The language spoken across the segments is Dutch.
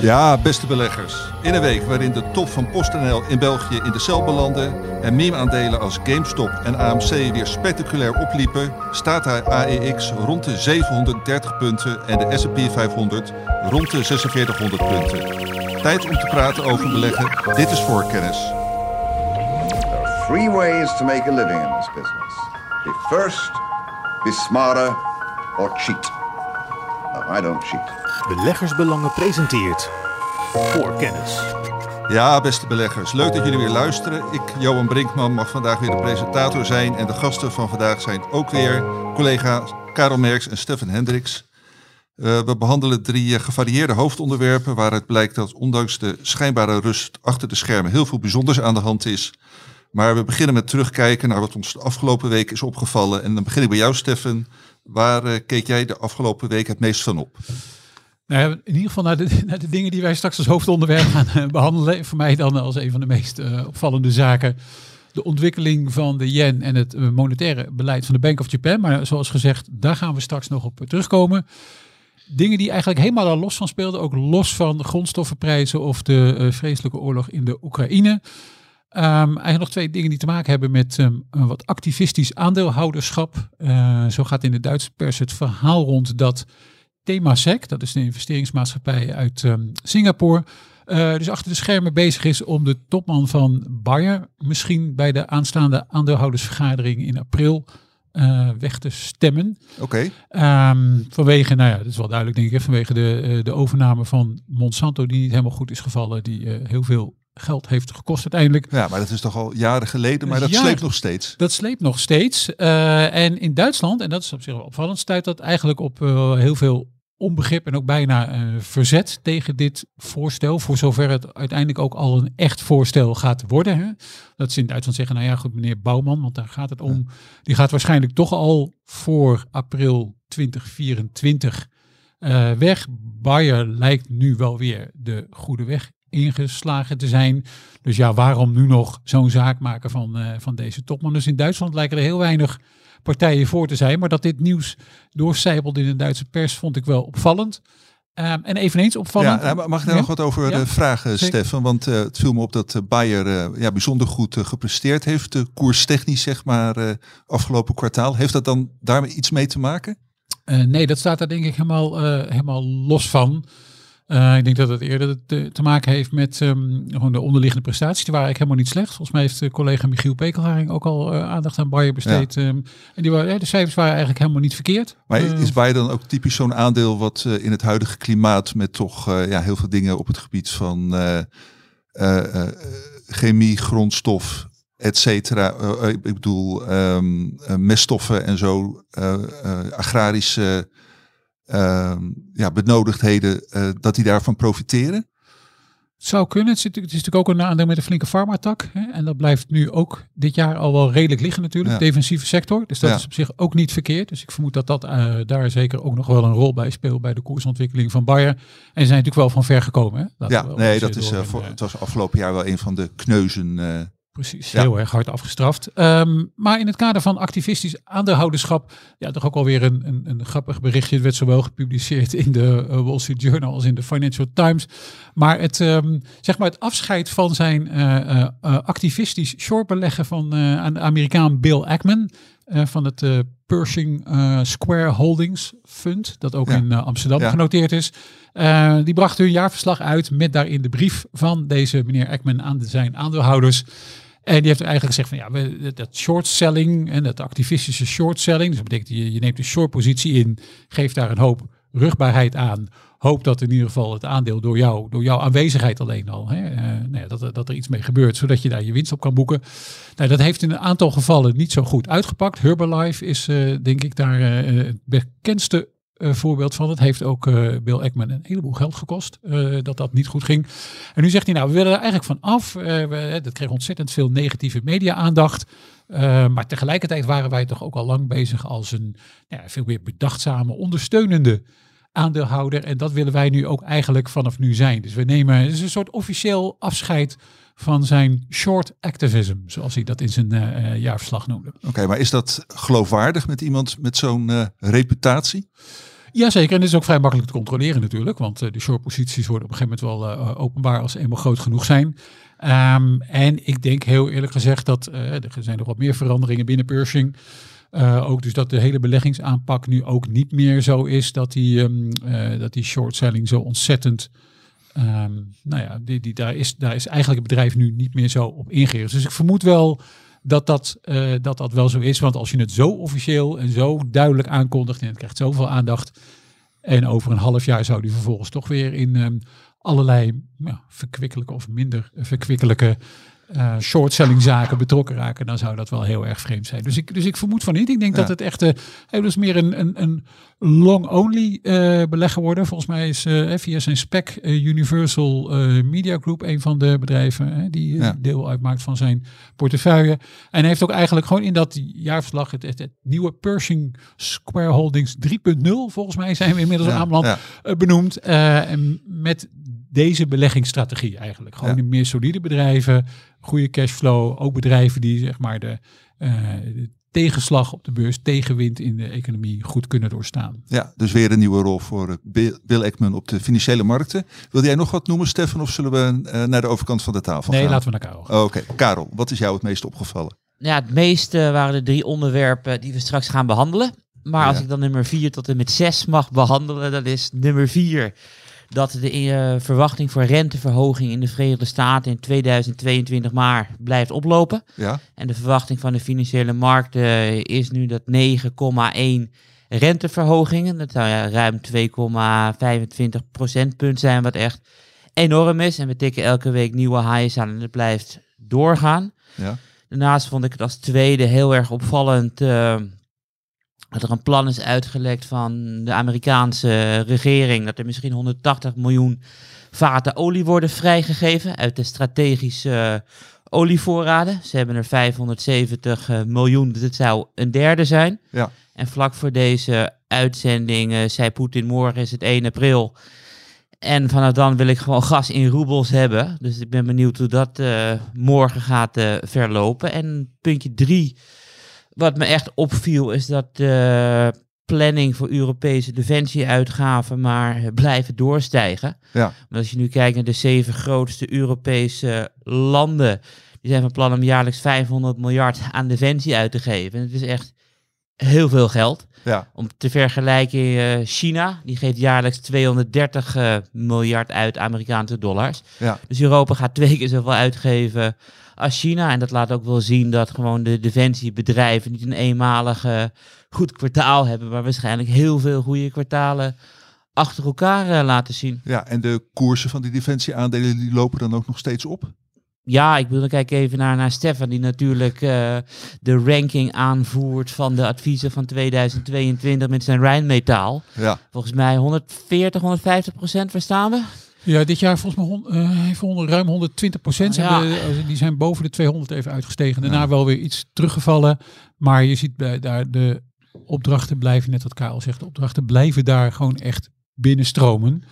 Ja, beste beleggers. In een week waarin de top van PostNL in België in de cel belandde en meme-aandelen als GameStop en AMC weer spectaculair opliepen, staat de AEX rond de 730 punten en de S&P 500 rond de 4600 punten. Tijd om te praten over beleggen. Dit is Voorkennis. There are three ways to make a living in this business. Be first, be smarter or cheat. No, I don't cheat. Beleggersbelangen presenteert Voorkennis. Ja, beste beleggers, leuk dat jullie weer luisteren. Ik, Johan Brinkman, mag vandaag weer de presentator zijn. En de gasten van vandaag zijn ook weer collega's Karel Merks en Stefan Hendricks. We behandelen 3 gevarieerde hoofdonderwerpen waaruit blijkt dat ondanks de schijnbare rust achter de schermen heel veel bijzonders aan de hand is. Maar we beginnen met terugkijken naar wat ons de afgelopen week is opgevallen. En dan begin ik bij jou, Stefan. Waar keek jij de afgelopen week het meest van op? Nou, in ieder geval naar de dingen die wij straks als hoofdonderwerp gaan behandelen. Voor mij dan als een van de meest opvallende zaken de ontwikkeling van de yen en het monetaire beleid van de Bank of Japan. Maar zoals gezegd, daar gaan we straks nog op terugkomen. Dingen die eigenlijk helemaal al los van speelden, ook los van de grondstoffenprijzen of de vreselijke oorlog in de Oekraïne. Eigenlijk nog 2 dingen die te maken hebben met een wat activistisch aandeelhouderschap. Zo gaat in de Duitse pers het verhaal rond dat Temasek, dat is de investeringsmaatschappij uit Singapore, dus achter de schermen bezig is om de topman van Bayer misschien bij de aanstaande aandeelhoudersvergadering in april weg te stemmen. Oké. Vanwege, nou ja, dat is wel duidelijk denk ik, vanwege de overname van Monsanto die niet helemaal goed is gevallen, die heel veel geld heeft gekost uiteindelijk. Ja, maar dat is toch al jaren geleden, maar dat sleept nog steeds. Dat sleept nog steeds. En in Duitsland, en dat is op zich wel opvallend, stuit dat eigenlijk op heel veel onbegrip en ook bijna verzet tegen dit voorstel. Voor zover het uiteindelijk ook al een echt voorstel gaat worden. Hè? Dat ze in Duitsland zeggen, nou ja goed meneer Bouwman, want daar gaat het om. Ja. Die gaat waarschijnlijk toch al voor april 2024 weg. Bayer lijkt nu wel weer de goede weg ingeslagen te zijn. Dus ja, waarom nu nog zo'n zaak maken van deze topman? Dus in Duitsland lijken er heel weinig partijen voor te zijn. Maar dat dit nieuws doorcijpelde in de Duitse pers vond ik wel opvallend. En eveneens opvallend. Ja, mag ik daar nog wat over vragen, Stefan? Want het viel me op dat Bayer bijzonder goed gepresteerd heeft. Koerstechnisch, zeg maar, afgelopen kwartaal. Heeft dat dan daarmee iets mee te maken? Nee, dat staat daar denk ik helemaal los van. Ik denk dat het eerder te maken heeft met gewoon de onderliggende prestaties. Die waren eigenlijk helemaal niet slecht. Volgens mij heeft collega Michiel Pekelharing ook al aandacht aan Bayer besteed. Ja. En de cijfers waren eigenlijk helemaal niet verkeerd. Maar is Bayer dan ook typisch zo'n aandeel wat in het huidige klimaat met toch heel veel dingen op het gebied van chemie, grondstof, et cetera. Ik bedoel meststoffen en zo, agrarische benodigdheden, dat die daarvan profiteren? Het zou kunnen. Het is natuurlijk ook een aandeel met een flinke farmatak. En dat blijft nu ook dit jaar al wel redelijk liggen natuurlijk. Ja. Defensieve sector. Dus dat is op zich ook niet verkeerd. Dus ik vermoed dat daar zeker ook nog wel een rol bij speelt bij de koersontwikkeling van Bayer. En ze zijn natuurlijk wel van ver gekomen. Hè? Het was afgelopen jaar wel een van de kneuzen. Precies, heel erg hard afgestraft. Maar in het kader van activistisch aandeelhouderschap, toch ook alweer een grappig berichtje. Het werd zowel gepubliceerd in de Wall Street Journal als in de Financial Times. Maar het afscheid van zijn activistisch shortbeleggen aan de Amerikaan Bill Ackman van het Pershing Square Holdings Fund, dat ook in Amsterdam genoteerd is. Die brachten hun jaarverslag uit met daarin de brief van deze meneer Ackman aan zijn aandeelhouders. En die heeft eigenlijk gezegd van dat short selling en dat activistische short selling. Dus dat betekent je neemt een short positie in, geeft daar een hoop rugbaarheid aan. Hoop dat in ieder geval het aandeel door jouw aanwezigheid alleen al, dat er iets mee gebeurt, zodat je daar je winst op kan boeken. Nou, dat heeft in een aantal gevallen niet zo goed uitgepakt. Herbalife is denk ik daar het bekendste voorbeeld van. Het heeft ook Bill Ackman een heleboel geld gekost dat niet goed ging. En nu zegt hij, we willen er eigenlijk van af. Dat kreeg ontzettend veel negatieve media-aandacht. Maar tegelijkertijd waren wij toch ook al lang bezig als een veel meer bedachtzame, ondersteunende aandeelhouder. En dat willen wij nu ook eigenlijk vanaf nu zijn. Dus we nemen een soort officieel afscheid van zijn short activism, zoals hij dat in zijn jaarverslag noemde. Oké, maar is dat geloofwaardig met iemand met zo'n reputatie? Jazeker, en het is ook vrij makkelijk te controleren natuurlijk, want de short-posities worden op een gegeven moment wel openbaar als ze eenmaal groot genoeg zijn. En ik denk heel eerlijk gezegd dat er zijn nog wat meer veranderingen binnen Pershing. Ook dus dat de hele beleggingsaanpak nu ook niet meer zo is dat die short-selling zo ontzettend... daar is eigenlijk het bedrijf nu niet meer zo op ingericht. Dus ik vermoed wel dat wel zo is. Want als je het zo officieel en zo duidelijk aankondigt en het krijgt zoveel aandacht. En over een half jaar zou die vervolgens toch weer in allerlei verkwikkelijke of minder verkwikkelijke short-selling zaken betrokken raken, dan zou dat wel heel erg vreemd zijn. Dus ik vermoed van niet. Ik denk dat het echt dus meer een long-only belegger worden. Volgens mij is via zijn SPAC Universal Media Group een van de bedrijven die deel uitmaakt van zijn portefeuille. En hij heeft ook eigenlijk gewoon in dat jaarverslag het nieuwe Pershing Square Holdings 3.0, volgens mij zijn we inmiddels aanbeland, benoemd. En met deze beleggingsstrategie eigenlijk. Gewoon in meer solide bedrijven, goede cashflow, ook bedrijven die zeg maar de tegenslag op de beurs, tegenwind in de economie goed kunnen doorstaan. Ja, dus weer een nieuwe rol voor Bill Ackman op de financiële markten. Wil jij nog wat noemen, Stefan, of zullen we naar de overkant van de tafel gaan? Nee, laten we naar Karel. Oké. Karel, wat is jou het meest opgevallen? Ja, het meeste waren de 3 onderwerpen die we straks gaan behandelen. Maar als ik dan nummer 4 tot en met 6 mag behandelen, dan is nummer 4... dat de verwachting voor renteverhoging in de Verenigde Staten in 2022 maar blijft oplopen. Ja. En de verwachting van de financiële markten is nu dat 9,1 renteverhogingen. Dat zou ruim 2,25 procentpunt zijn, wat echt enorm is. En we tikken elke week nieuwe highs aan en het blijft doorgaan. Ja. Daarnaast vond ik het als tweede heel erg opvallend dat er een plan is uitgelekt van de Amerikaanse regering, dat er misschien 180 miljoen vaten olie worden vrijgegeven uit de strategische olievoorraden. Ze hebben er 570 miljoen, dus het zou een derde zijn. Ja. En vlak voor deze uitzending zei Poetin, morgen is het 1 april. En vanaf dan wil ik gewoon gas in roebels hebben. Dus ik ben benieuwd hoe dat morgen gaat verlopen. En puntje 3... wat me echt opviel is dat de planning voor Europese defensieuitgaven maar blijven doorstijgen. Ja. Maar als je nu kijkt naar de 7 grootste Europese landen, die zijn van plan om jaarlijks 500 miljard aan defensie uit te geven. En het is echt heel veel geld. Ja. Om te vergelijken, China, die geeft jaarlijks 230 miljard uit Amerikaanse dollars. Ja. Dus Europa gaat 2 keer zoveel uitgeven als China. En dat laat ook wel zien dat gewoon de defensiebedrijven niet een eenmalige goed kwartaal hebben, maar waarschijnlijk heel veel goede kwartalen achter elkaar laten zien. Ja, en de koersen van die defensieaandelen die lopen dan ook nog steeds op? Ja, ik wil dan kijken even naar Stefan, die natuurlijk de ranking aanvoert van de adviezen van 2022 met zijn Rijnmetaal. Ja. Volgens mij 140-150%, waar staan we? Ja, dit jaar volgens mij ruim 120%. Ja. Die zijn boven de 200 even uitgestegen. Daarna wel weer iets teruggevallen. Maar je ziet daar de opdrachten blijven, net wat Karel zegt, de opdrachten blijven daar gewoon echt binnenstromen.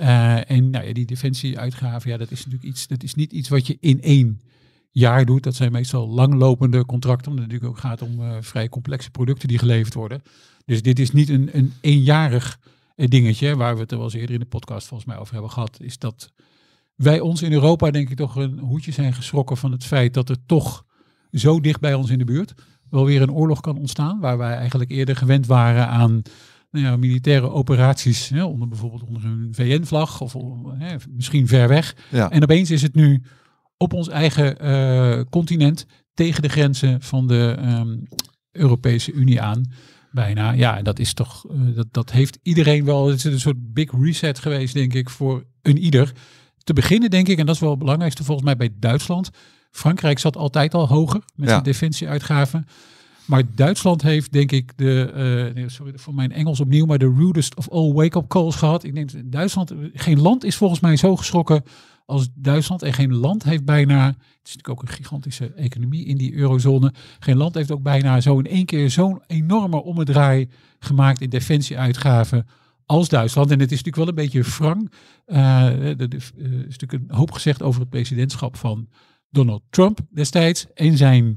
En die defensieuitgaven, dat is natuurlijk iets, dat is niet iets wat je in 1 jaar doet. Dat zijn meestal langlopende contracten, omdat het natuurlijk ook gaat om vrij complexe producten die geleverd worden. Dus dit is niet een eenjarig dingetje, waar we het er wel eens eerder in de podcast volgens mij over hebben gehad, is dat wij ons in Europa denk ik toch een hoedje zijn geschrokken van het feit dat er toch zo dicht bij ons in de buurt wel weer een oorlog kan ontstaan, waar wij eigenlijk eerder gewend waren aan militaire operaties, bijvoorbeeld onder een VN-vlag of misschien ver weg. Ja. En opeens is het nu op ons eigen continent tegen de grenzen van de Europese Unie aan. Bijna. Ja, dat is toch, dat heeft iedereen wel, het is een soort big reset geweest, denk ik, voor een ieder. Te beginnen, denk ik, en dat is wel het belangrijkste volgens mij bij Duitsland. Frankrijk zat altijd al hoger met zijn defensieuitgaven. Maar Duitsland heeft, denk ik, sorry voor mijn Engels opnieuw, maar de rudest of all wake-up calls gehad. Ik denk, Duitsland, geen land is volgens mij zo geschrokken als Duitsland. En geen land heeft bijna, het is natuurlijk ook een gigantische economie in die eurozone, geen land heeft ook bijna zo in één keer zo'n enorme ommedraai gemaakt in defensieuitgaven als Duitsland. En het is natuurlijk wel een beetje wrang. Er is natuurlijk een hoop gezegd over het presidentschap van Donald Trump destijds. En zijn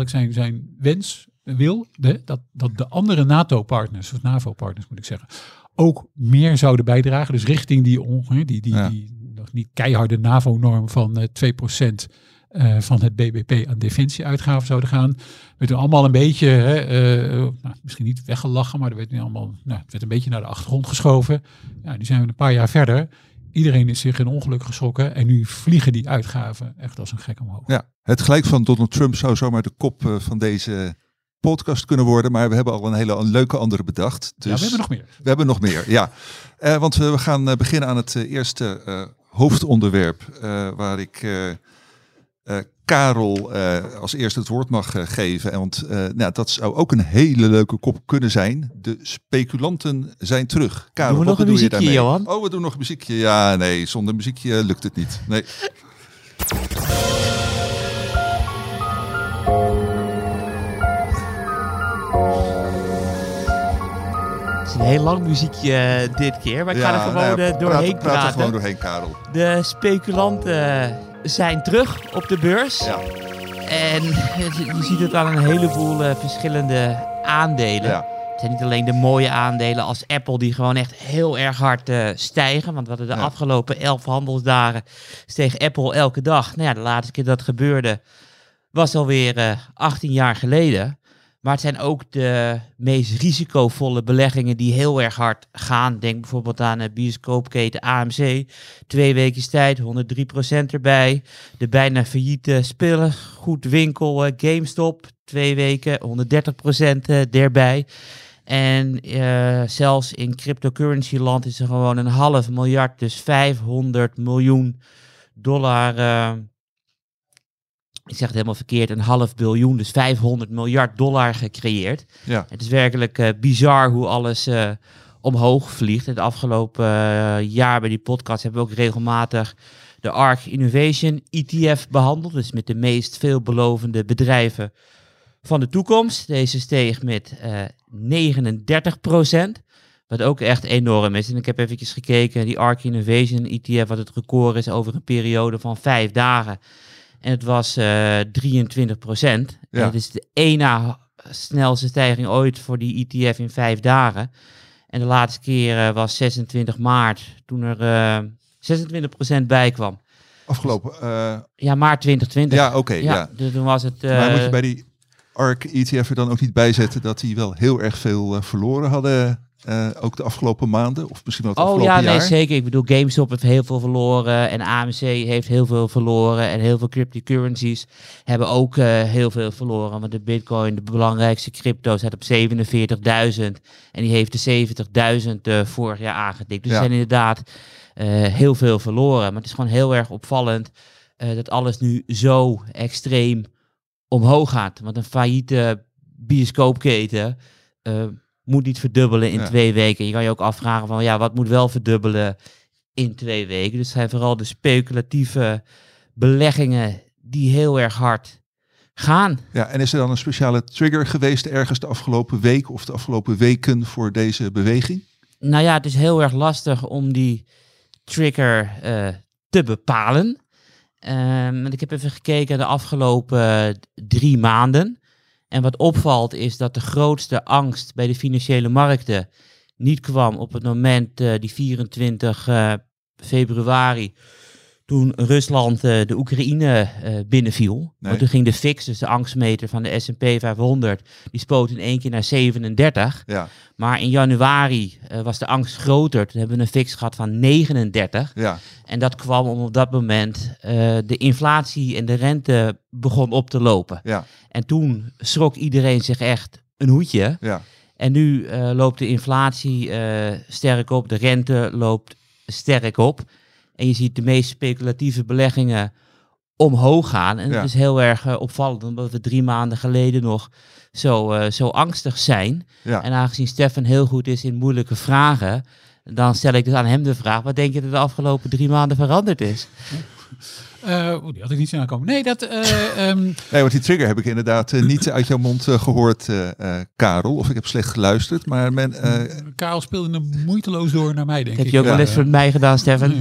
wens, wil, dat de andere NATO-partners, of NAVO-partners moet ik zeggen, ook meer zouden bijdragen. Dus richting die nog niet keiharde NAVO-norm van 2% van het BBP aan defensieuitgaven zouden gaan. We doen allemaal een beetje, misschien niet weggelachen, maar het werd een beetje naar de achtergrond geschoven. Ja, nu zijn we een paar jaar verder. Iedereen is zich in ongeluk geschrokken en nu vliegen die uitgaven echt als een gek omhoog. Ja, het gelijk van Donald Trump zou zomaar de kop van deze podcast kunnen worden, maar we hebben al een hele leuke andere bedacht. Dus ja, we hebben nog meer. We hebben nog meer, ja. Want we gaan beginnen aan het eerste hoofdonderwerp waar ik Karel als eerste het woord mag geven. En want dat zou ook een hele leuke kop kunnen zijn. De speculanten zijn terug. Karel, doen we nog een muziekje, Johan? Oh, we doen nog een muziekje. Ja, nee, zonder muziekje lukt het niet. Nee. Het is een heel lang muziekje dit keer, maar ik ga er gewoon doorheen praten. Praat er gewoon doorheen, Karel. De speculanten zijn terug op de beurs. Ja. En je ziet het aan een heleboel verschillende aandelen. Ja. Het zijn niet alleen de mooie aandelen als Apple die gewoon echt heel erg hard stijgen. Want we hadden de afgelopen 11 handelsdagen steeg Apple elke dag. Nou ja, de laatste keer dat gebeurde was alweer 18 jaar geleden. Maar het zijn ook de meest risicovolle beleggingen die heel erg hard gaan. Denk bijvoorbeeld aan de bioscoopketen AMC. 2 weken tijd, 103% erbij. De bijna failliete speelgoedwinkel GameStop. 2 weken, 130% erbij. En zelfs in cryptocurrency land is er gewoon $500 miljard, dus $500 miljoen. Ik zeg het helemaal verkeerd, $500 biljoen, dus $500 miljard gecreëerd. Ja. Het is werkelijk bizar hoe alles omhoog vliegt. Het afgelopen jaar bij die podcast hebben we ook regelmatig de ARK Innovation ETF behandeld. Dus met de meest veelbelovende bedrijven van de toekomst. Deze steeg met 39%. Wat ook echt enorm is. En ik heb eventjes gekeken, die ARK Innovation ETF, wat het record is over een periode van 5 dagen. En het was 23%. Ja. En het is de ene snelste stijging ooit voor die ETF in 5 dagen. En de laatste keer was 26 maart, toen er 26% bij kwam. Afgelopen. Maart 2020. Ja, oké. Ja. Dus toen was het... Maar moet je bij die ARK ETF er dan ook niet bij zetten dat die wel heel erg veel verloren hadden, ook de afgelopen maanden? Of misschien wel het afgelopen jaar? Nee, zeker. Ik bedoel, GameStop heeft heel veel verloren en AMC heeft heel veel verloren en heel veel cryptocurrencies hebben ook heel veel verloren. Want de Bitcoin, de belangrijkste crypto, staat op 47.000 en die heeft de 70.000 vorig jaar aangedikt. Dus er zijn inderdaad heel veel verloren. Maar het is gewoon heel erg opvallend dat alles nu zo extreem omhoog gaat. Want een failliete bioscoopketen moet niet verdubbelen in 2 weken. Je kan je ook afvragen van, wat moet wel verdubbelen in 2 weken? Dus het zijn vooral de speculatieve beleggingen die heel erg hard gaan. Ja, en is er dan een speciale trigger geweest ergens de afgelopen week of de afgelopen weken voor deze beweging? Nou ja, het is heel erg lastig om die trigger te bepalen. Want ik heb even gekeken de afgelopen 3 maanden. En wat opvalt is dat de grootste angst bij de financiële markten niet kwam op het moment die 24 februari, toen Rusland de Oekraïne binnenviel. Nee. Want toen ging de VIX, dus de angstmeter van de S&P 500, die spoot in 1 keer naar 37. Ja. Maar in januari was de angst groter. Toen hebben we een VIX gehad van 39. Ja. En dat kwam om op dat moment de inflatie en de rente begon op te lopen. Ja. En toen schrok iedereen zich echt een hoedje. Ja. En nu loopt de inflatie sterk op, de rente loopt sterk op. En je ziet de meest speculatieve beleggingen omhoog gaan. En het is heel erg opvallend, omdat we 3 maanden geleden nog zo angstig zijn. Ja. En aangezien Stefan heel goed is in moeilijke vragen, dan stel ik dus aan hem de vraag, wat denk je dat de afgelopen 3 maanden veranderd is? Die had ik niet zien aankomen. Nee, Nee, want die trigger heb ik inderdaad niet uit jouw mond gehoord, Karel. Of ik heb slecht geluisterd. Maar Karel speelde hem moeiteloos door naar mij, denk ik. Heb je ook wel eens voor mij gedaan, Stefan?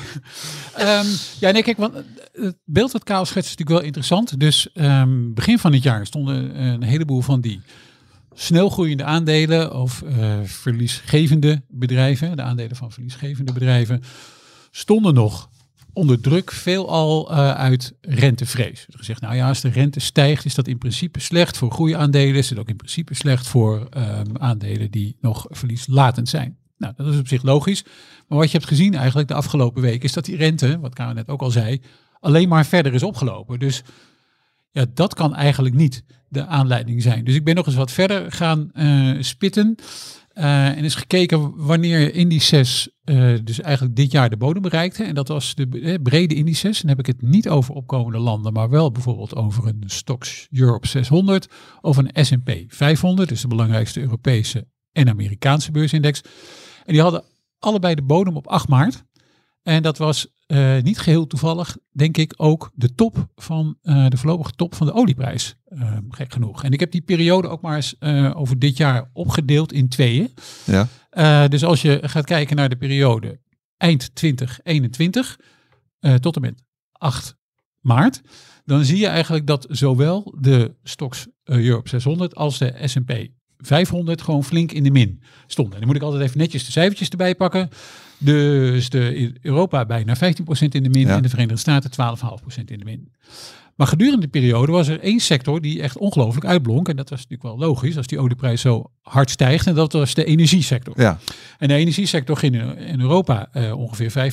Kijk, want het beeld wat Karel schetst is natuurlijk wel interessant. Dus begin van het jaar stonden een heleboel van die snel groeiende aandelen of verliesgevende bedrijven, de aandelen van verliesgevende bedrijven, stonden nog onder druk, veelal uit rentevrees. Er gezegd, nou ja, als de rente stijgt, is dat in principe slecht voor groeiaandelen. Is het ook in principe slecht voor aandelen die nog verlieslatend zijn. Nou, dat is op zich logisch. Maar wat je hebt gezien eigenlijk de afgelopen week, is dat die rente, wat Karel net ook al zei, alleen maar verder is opgelopen. Dus ja, dat kan eigenlijk niet de aanleiding zijn. Dus ik ben nog eens wat verder gaan spitten. En is gekeken wanneer indices dus eigenlijk dit jaar de bodem bereikten. En dat was de brede indices. Dan heb ik het niet over opkomende landen, maar wel bijvoorbeeld over een Stoxx Europe 600 of een S&P 500. Dus de belangrijkste Europese en Amerikaanse beursindex. En die hadden allebei de bodem op 8 maart. En dat was niet geheel toevallig, denk ik, ook de top van de voorlopige top van de olieprijs. Gek genoeg. En ik heb die periode ook maar eens over dit jaar opgedeeld in tweeën. Ja. Dus als je gaat kijken naar de periode eind 2021 tot en met 8 maart, dan zie je eigenlijk dat zowel de Stoxx Europe 600 als de S&P 500 gewoon flink in de min stonden. En dan moet ik altijd even netjes de cijfertjes erbij pakken. Dus de Europa bijna 15% in de min en de Verenigde Staten 12,5% in de min. Maar gedurende de periode was er één sector die echt ongelooflijk uitblonk. En dat was natuurlijk wel logisch als die olieprijs zo hard stijgt. En dat was de energiesector. Ja. En de energiesector ging in Europa ongeveer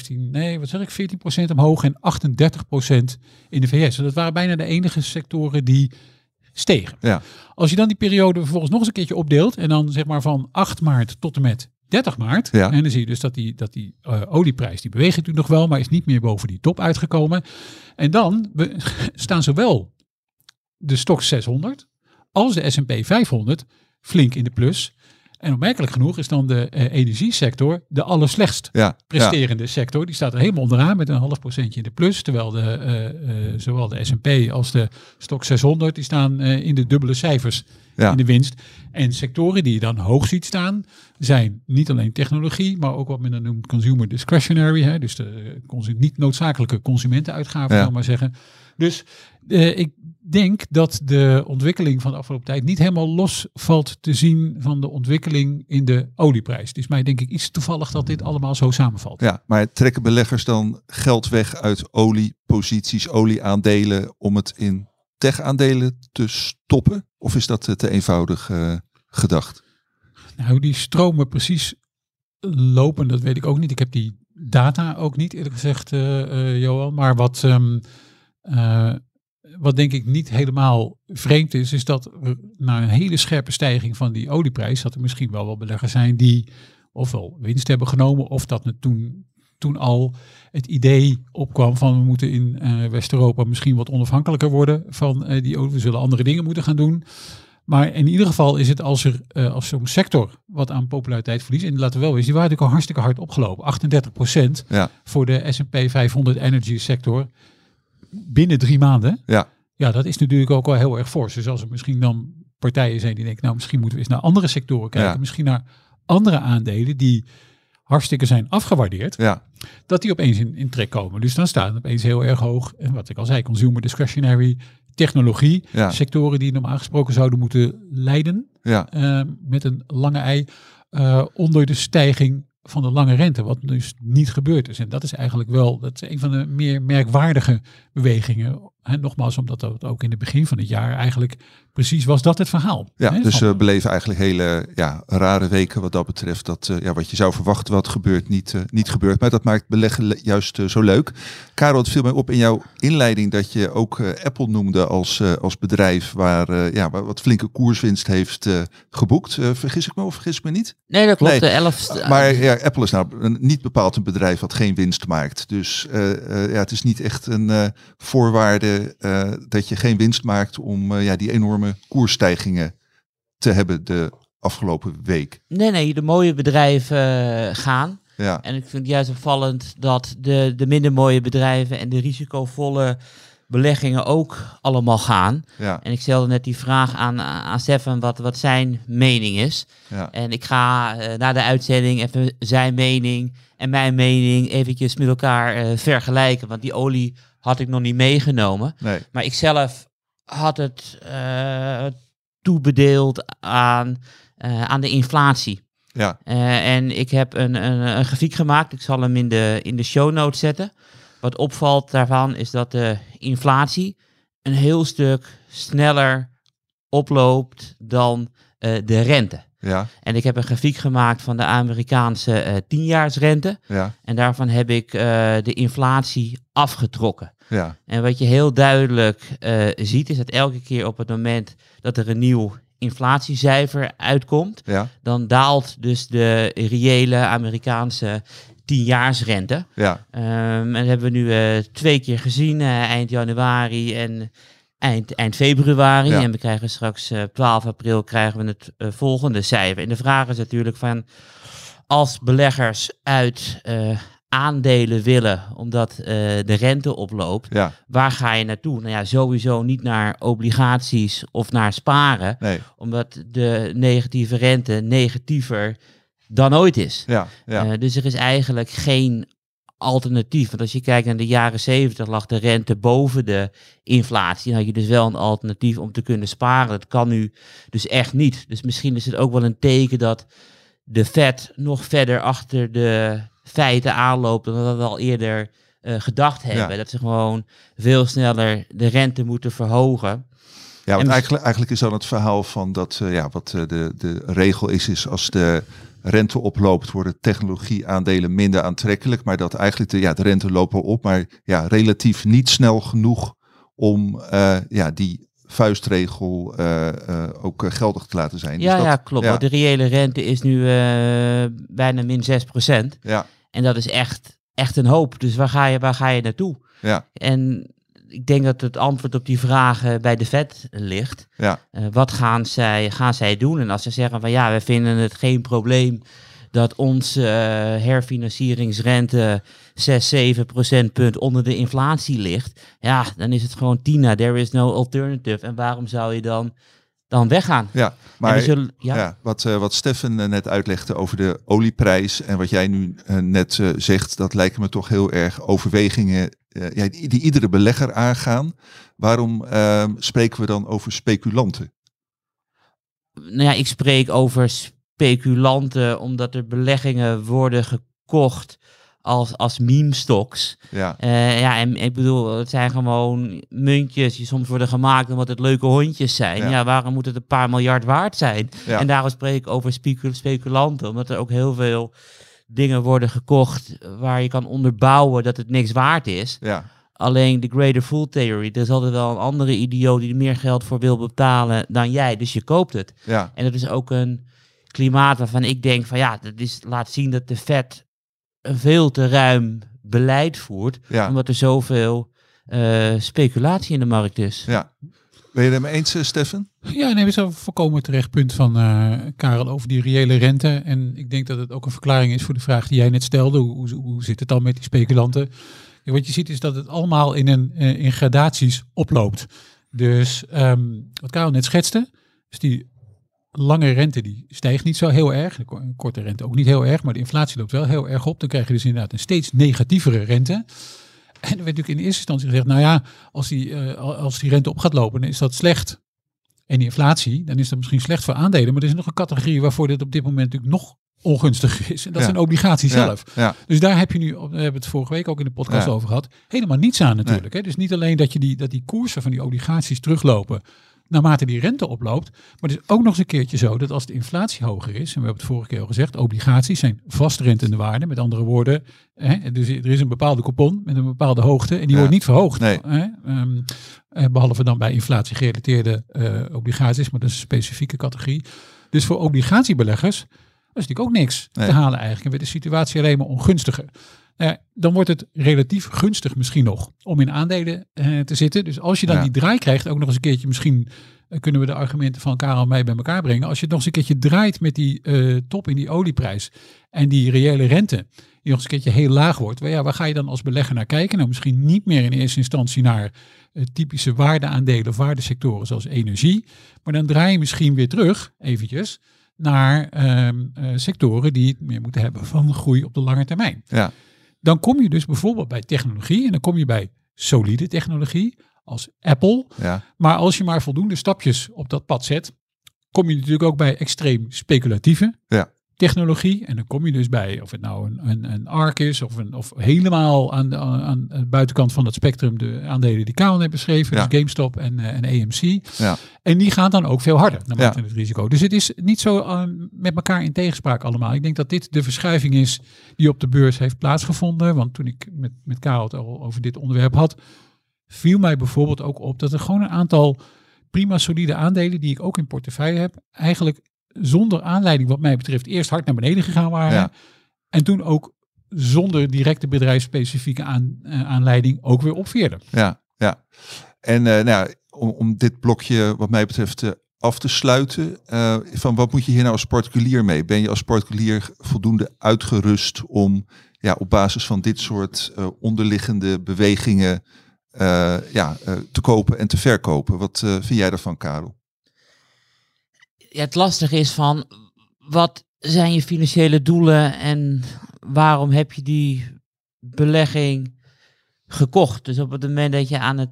14% omhoog en 38% in de VS. En dat waren bijna de enige sectoren die stegen. Ja. Als je dan die periode vervolgens nog eens een keertje opdeelt en dan zeg maar van 8 maart tot en met 30 maart. Ja. En dan zie je dus dat die olieprijs, die beweegt natuurlijk nog wel, maar is niet meer boven die top uitgekomen. En dan staan zowel de Stoxx 600 als de S&P 500 flink in de plus. En opmerkelijk genoeg is dan de energiesector de allerslechtst presterende sector. Die staat er helemaal onderaan met een 0,5% in de plus. Terwijl zowel de S&P als de Stoxx 600 die staan in de dubbele cijfers in de winst. En sectoren die je dan hoog ziet staan zijn niet alleen technologie, maar ook wat men dan noemt consumer discretionary. Hè? Dus de niet noodzakelijke consumentenuitgaven, zal ik maar zeggen. Dus ik denk dat de ontwikkeling van de afgelopen tijd niet helemaal los valt te zien van de ontwikkeling in de olieprijs. Het is mij denk ik iets toevallig dat dit allemaal zo samenvalt. Ja, maar trekken beleggers dan geld weg uit olieposities, olieaandelen om het in tech-aandelen te stoppen? Of is dat te eenvoudig gedacht? Nou, die stromen precies lopen, dat weet ik ook niet. Ik heb die data ook niet, eerlijk gezegd, Johan. Maar wat denk ik niet helemaal vreemd is dat na een hele scherpe stijging van die olieprijs, dat er misschien wel beleggers zijn die ofwel winst hebben genomen, of dat het toen al het idee opkwam van we moeten in West-Europa misschien wat onafhankelijker worden van die olie. We zullen andere dingen moeten gaan doen. Maar in ieder geval is het als zo'n sector wat aan populariteit verliest, en laten we wel eens, die waren natuurlijk al hartstikke hard opgelopen. 38% voor de S&P 500 energy sector binnen 3 maanden. Ja, dat is natuurlijk ook wel heel erg fors. Dus als er misschien dan partijen zijn die denken, nou misschien moeten we eens naar andere sectoren kijken. Misschien naar andere aandelen die hartstikke zijn afgewaardeerd. Dat die opeens in trek komen. Dus dan staan opeens heel erg hoog. En wat ik al zei, consumer discretionary, technologie. Sectoren die normaal gesproken zouden moeten leiden. Met een lange ei onder de stijging van de lange rente, wat dus niet gebeurd is. En dat is eigenlijk wel, dat is een van de meer merkwaardige bewegingen. En nogmaals, omdat dat ook in het begin van het jaar eigenlijk precies was dat het verhaal. Ja, dus we beleven eigenlijk hele rare weken wat dat betreft. Dat wat je zou verwachten wat gebeurt, niet gebeurt. Maar dat maakt beleggen juist zo leuk. Karel, het viel mij op in jouw inleiding dat je ook Apple noemde als bedrijf waar wat flinke koerswinst heeft geboekt. Vergis ik me of vergis ik me niet? Nee, dat klopt. Nee. Maar Apple is nou niet bepaald een bedrijf wat geen winst maakt. Dus het is niet echt een voorwaarde dat je geen winst maakt om die enorme koersstijgingen te hebben de afgelopen week. Nee, de mooie bedrijven gaan. Ja. En ik vind het juist opvallend dat de minder mooie bedrijven en de risicovolle beleggingen ook allemaal gaan. Ja. En ik stelde net die vraag aan Stefan wat zijn mening is. Ja. En ik ga na de uitzending even zijn mening en mijn mening eventjes met elkaar vergelijken. Want die olie had ik nog niet meegenomen. Nee. Maar ik zelf had het toebedeeld aan de inflatie. Ja, En ik heb een grafiek gemaakt. Ik zal hem in de show notes zetten. Wat opvalt daarvan is dat de inflatie een heel stuk sneller oploopt dan de rente. ja, En ik heb een grafiek gemaakt van de Amerikaanse 10-jaarsrente. ja, En daarvan heb ik de inflatie afgetrokken. ja, En wat je heel duidelijk ziet is dat elke keer op het moment dat er een nieuw inflatiecijfer uitkomt, ja, dan daalt dus de reële Amerikaanse 10-jaarsrente. ja, En dat hebben we nu 2 keer gezien, eind januari en eind februari. Ja. En we krijgen straks 12 april krijgen we het volgende cijfer. En de vraag is natuurlijk van, als beleggers uit aandelen willen, omdat de rente oploopt, ja, waar ga je naartoe? Nou ja, sowieso niet naar obligaties of naar sparen, nee, omdat de negatieve rente negatiever dan ooit is. ja, ja, Dus er is eigenlijk geen alternatief. Want als je kijkt naar de jaren 70 lag de rente boven de inflatie. Dan had je dus wel een alternatief om te kunnen sparen. Dat kan nu dus echt niet. Dus misschien is het ook wel een teken dat de Fed nog verder achter de feiten aanloopt dan dat we al eerder gedacht hebben. Ja. Dat ze gewoon veel sneller de rente moeten verhogen. Ja, want En- eigenlijk is dan het verhaal van dat wat de regel is als de rente oploopt, worden technologieaandelen minder aantrekkelijk. Maar dat eigenlijk de rente loopt wel op, maar ja, relatief niet snel genoeg om die vuistregel ook geldig te laten zijn. Ja, Dus dat, klopt. Ja, Want de reële rente is nu bijna min 6%. ja, En dat is echt een hoop. Dus waar ga je naartoe? ja, En ik denk dat het antwoord op die vraag bij de Fed ligt. ja, Wat gaan zij doen? En als ze zeggen van ja, we vinden het geen probleem dat onze herfinancieringsrente 6-7 procentpunt onder de inflatie ligt. Ja, dan is het gewoon Tina, there is no alternative. En waarom zou je dan weggaan? ja. En Maar we zullen, wat Stefan net uitlegde over de olieprijs en wat jij nu net zegt, dat lijken me toch heel erg overwegingen die iedere belegger aangaan. Waarom spreken we dan over speculanten? Nou ja, ik spreek over speculanten omdat er beleggingen worden gekocht als meme stocks. Ja, En ik bedoel, het zijn gewoon muntjes die soms worden gemaakt omdat het leuke hondjes zijn. Ja. Ja, waarom moet het een paar miljard waard zijn? Ja. En daarom spreek ik over speculanten, omdat er ook heel veel dingen worden gekocht waar je kan onderbouwen dat het niks waard is. ja, Alleen de greater fool theory, er is altijd wel een andere idioot die er meer geld voor wil betalen dan jij, dus je koopt het. ja, En dat is ook een klimaat waarvan ik denk van ja, laat zien dat de Fed een veel te ruim beleid voert, ja, omdat er zoveel speculatie in de markt is. ja. Ben je het ermee eens, Stefan? Ja, nee, dat is een volkomen terecht punt van Karel over die reële rente. En ik denk dat het ook een verklaring is voor de vraag die jij net stelde. Hoe zit het dan met die speculanten? Ja, wat je ziet is dat het allemaal in gradaties oploopt. Dus wat Karel net schetste, dus die lange rente die stijgt niet zo heel erg. De korte rente ook niet heel erg, maar de inflatie loopt wel heel erg op. Dan krijg je dus inderdaad een steeds negatievere rente. En er werd natuurlijk in eerste instantie gezegd, nou ja, als die rente op gaat lopen, dan is dat slecht. En die inflatie, dan is dat misschien slecht voor aandelen. Maar er is nog een categorie waarvoor dit op dit moment natuurlijk nog ongunstig is. En dat zijn obligaties zelf. Ja, Dus daar heb je nu, we hebben het vorige week ook in de podcast over gehad, helemaal niets aan natuurlijk. Hè? Dus niet alleen dat die koersen van die obligaties teruglopen naarmate die rente oploopt. Maar het is ook nog eens een keertje zo dat als de inflatie hoger is, en we hebben het vorige keer al gezegd, obligaties zijn vastrentende waarden. Met andere woorden, dus er is een bepaalde coupon met een bepaalde hoogte en die wordt niet verhoogd. Nee. Behalve dan bij inflatie gerelateerde obligaties, maar dat is een specifieke categorie. Dus voor obligatiebeleggers was natuurlijk ook niks te halen eigenlijk. En werd de situatie alleen maar ongunstiger. Dan wordt het relatief gunstig misschien nog om in aandelen te zitten. Dus als je dan die draai krijgt, ook nog eens een keertje misschien kunnen we de argumenten van Karel en mij bij elkaar brengen. Als je het nog eens een keertje draait met die top in die olieprijs en die reële rente, die nog eens een keertje heel laag wordt. Waar ga je dan als belegger naar kijken? Nou, misschien niet meer in eerste instantie naar typische waardeaandelen of waardesectoren zoals energie. Maar dan draai je misschien weer terug, eventjes, naar sectoren die het meer moeten hebben van groei op de lange termijn. Ja. Dan kom je dus bijvoorbeeld bij technologie en dan kom je bij solide technologie als Apple. Ja. Maar als je maar voldoende stapjes op dat pad zet, kom je natuurlijk ook bij extreem speculatieve technologie. En dan kom je dus bij, of het nou een ARK is, of helemaal aan de buitenkant van het spectrum, de aandelen die Karel heeft beschreven, dus GameStop en AMC. Ja. En die gaan dan ook veel harder naarmate het risico. Dus het is niet zo met elkaar in tegenspraak allemaal. Ik denk dat dit de verschuiving is die op de beurs heeft plaatsgevonden. Want toen ik met Karel het al over dit onderwerp had, viel mij bijvoorbeeld ook op dat er gewoon een aantal prima solide aandelen die ik ook in portefeuille heb, eigenlijk zonder aanleiding wat mij betreft eerst hard naar beneden gegaan waren. Ja. En toen ook zonder directe bedrijfsspecifieke aanleiding ook weer opveerden. Ja. En om dit blokje wat mij betreft af te sluiten, van wat moet je hier nou als particulier mee? Ben je als particulier voldoende uitgerust om op basis van dit soort onderliggende bewegingen te kopen en te verkopen? Wat vind jij daarvan, Karel? Ja, het lastige is van, wat zijn je financiële doelen en waarom heb je die belegging gekocht? Dus op het moment dat je aan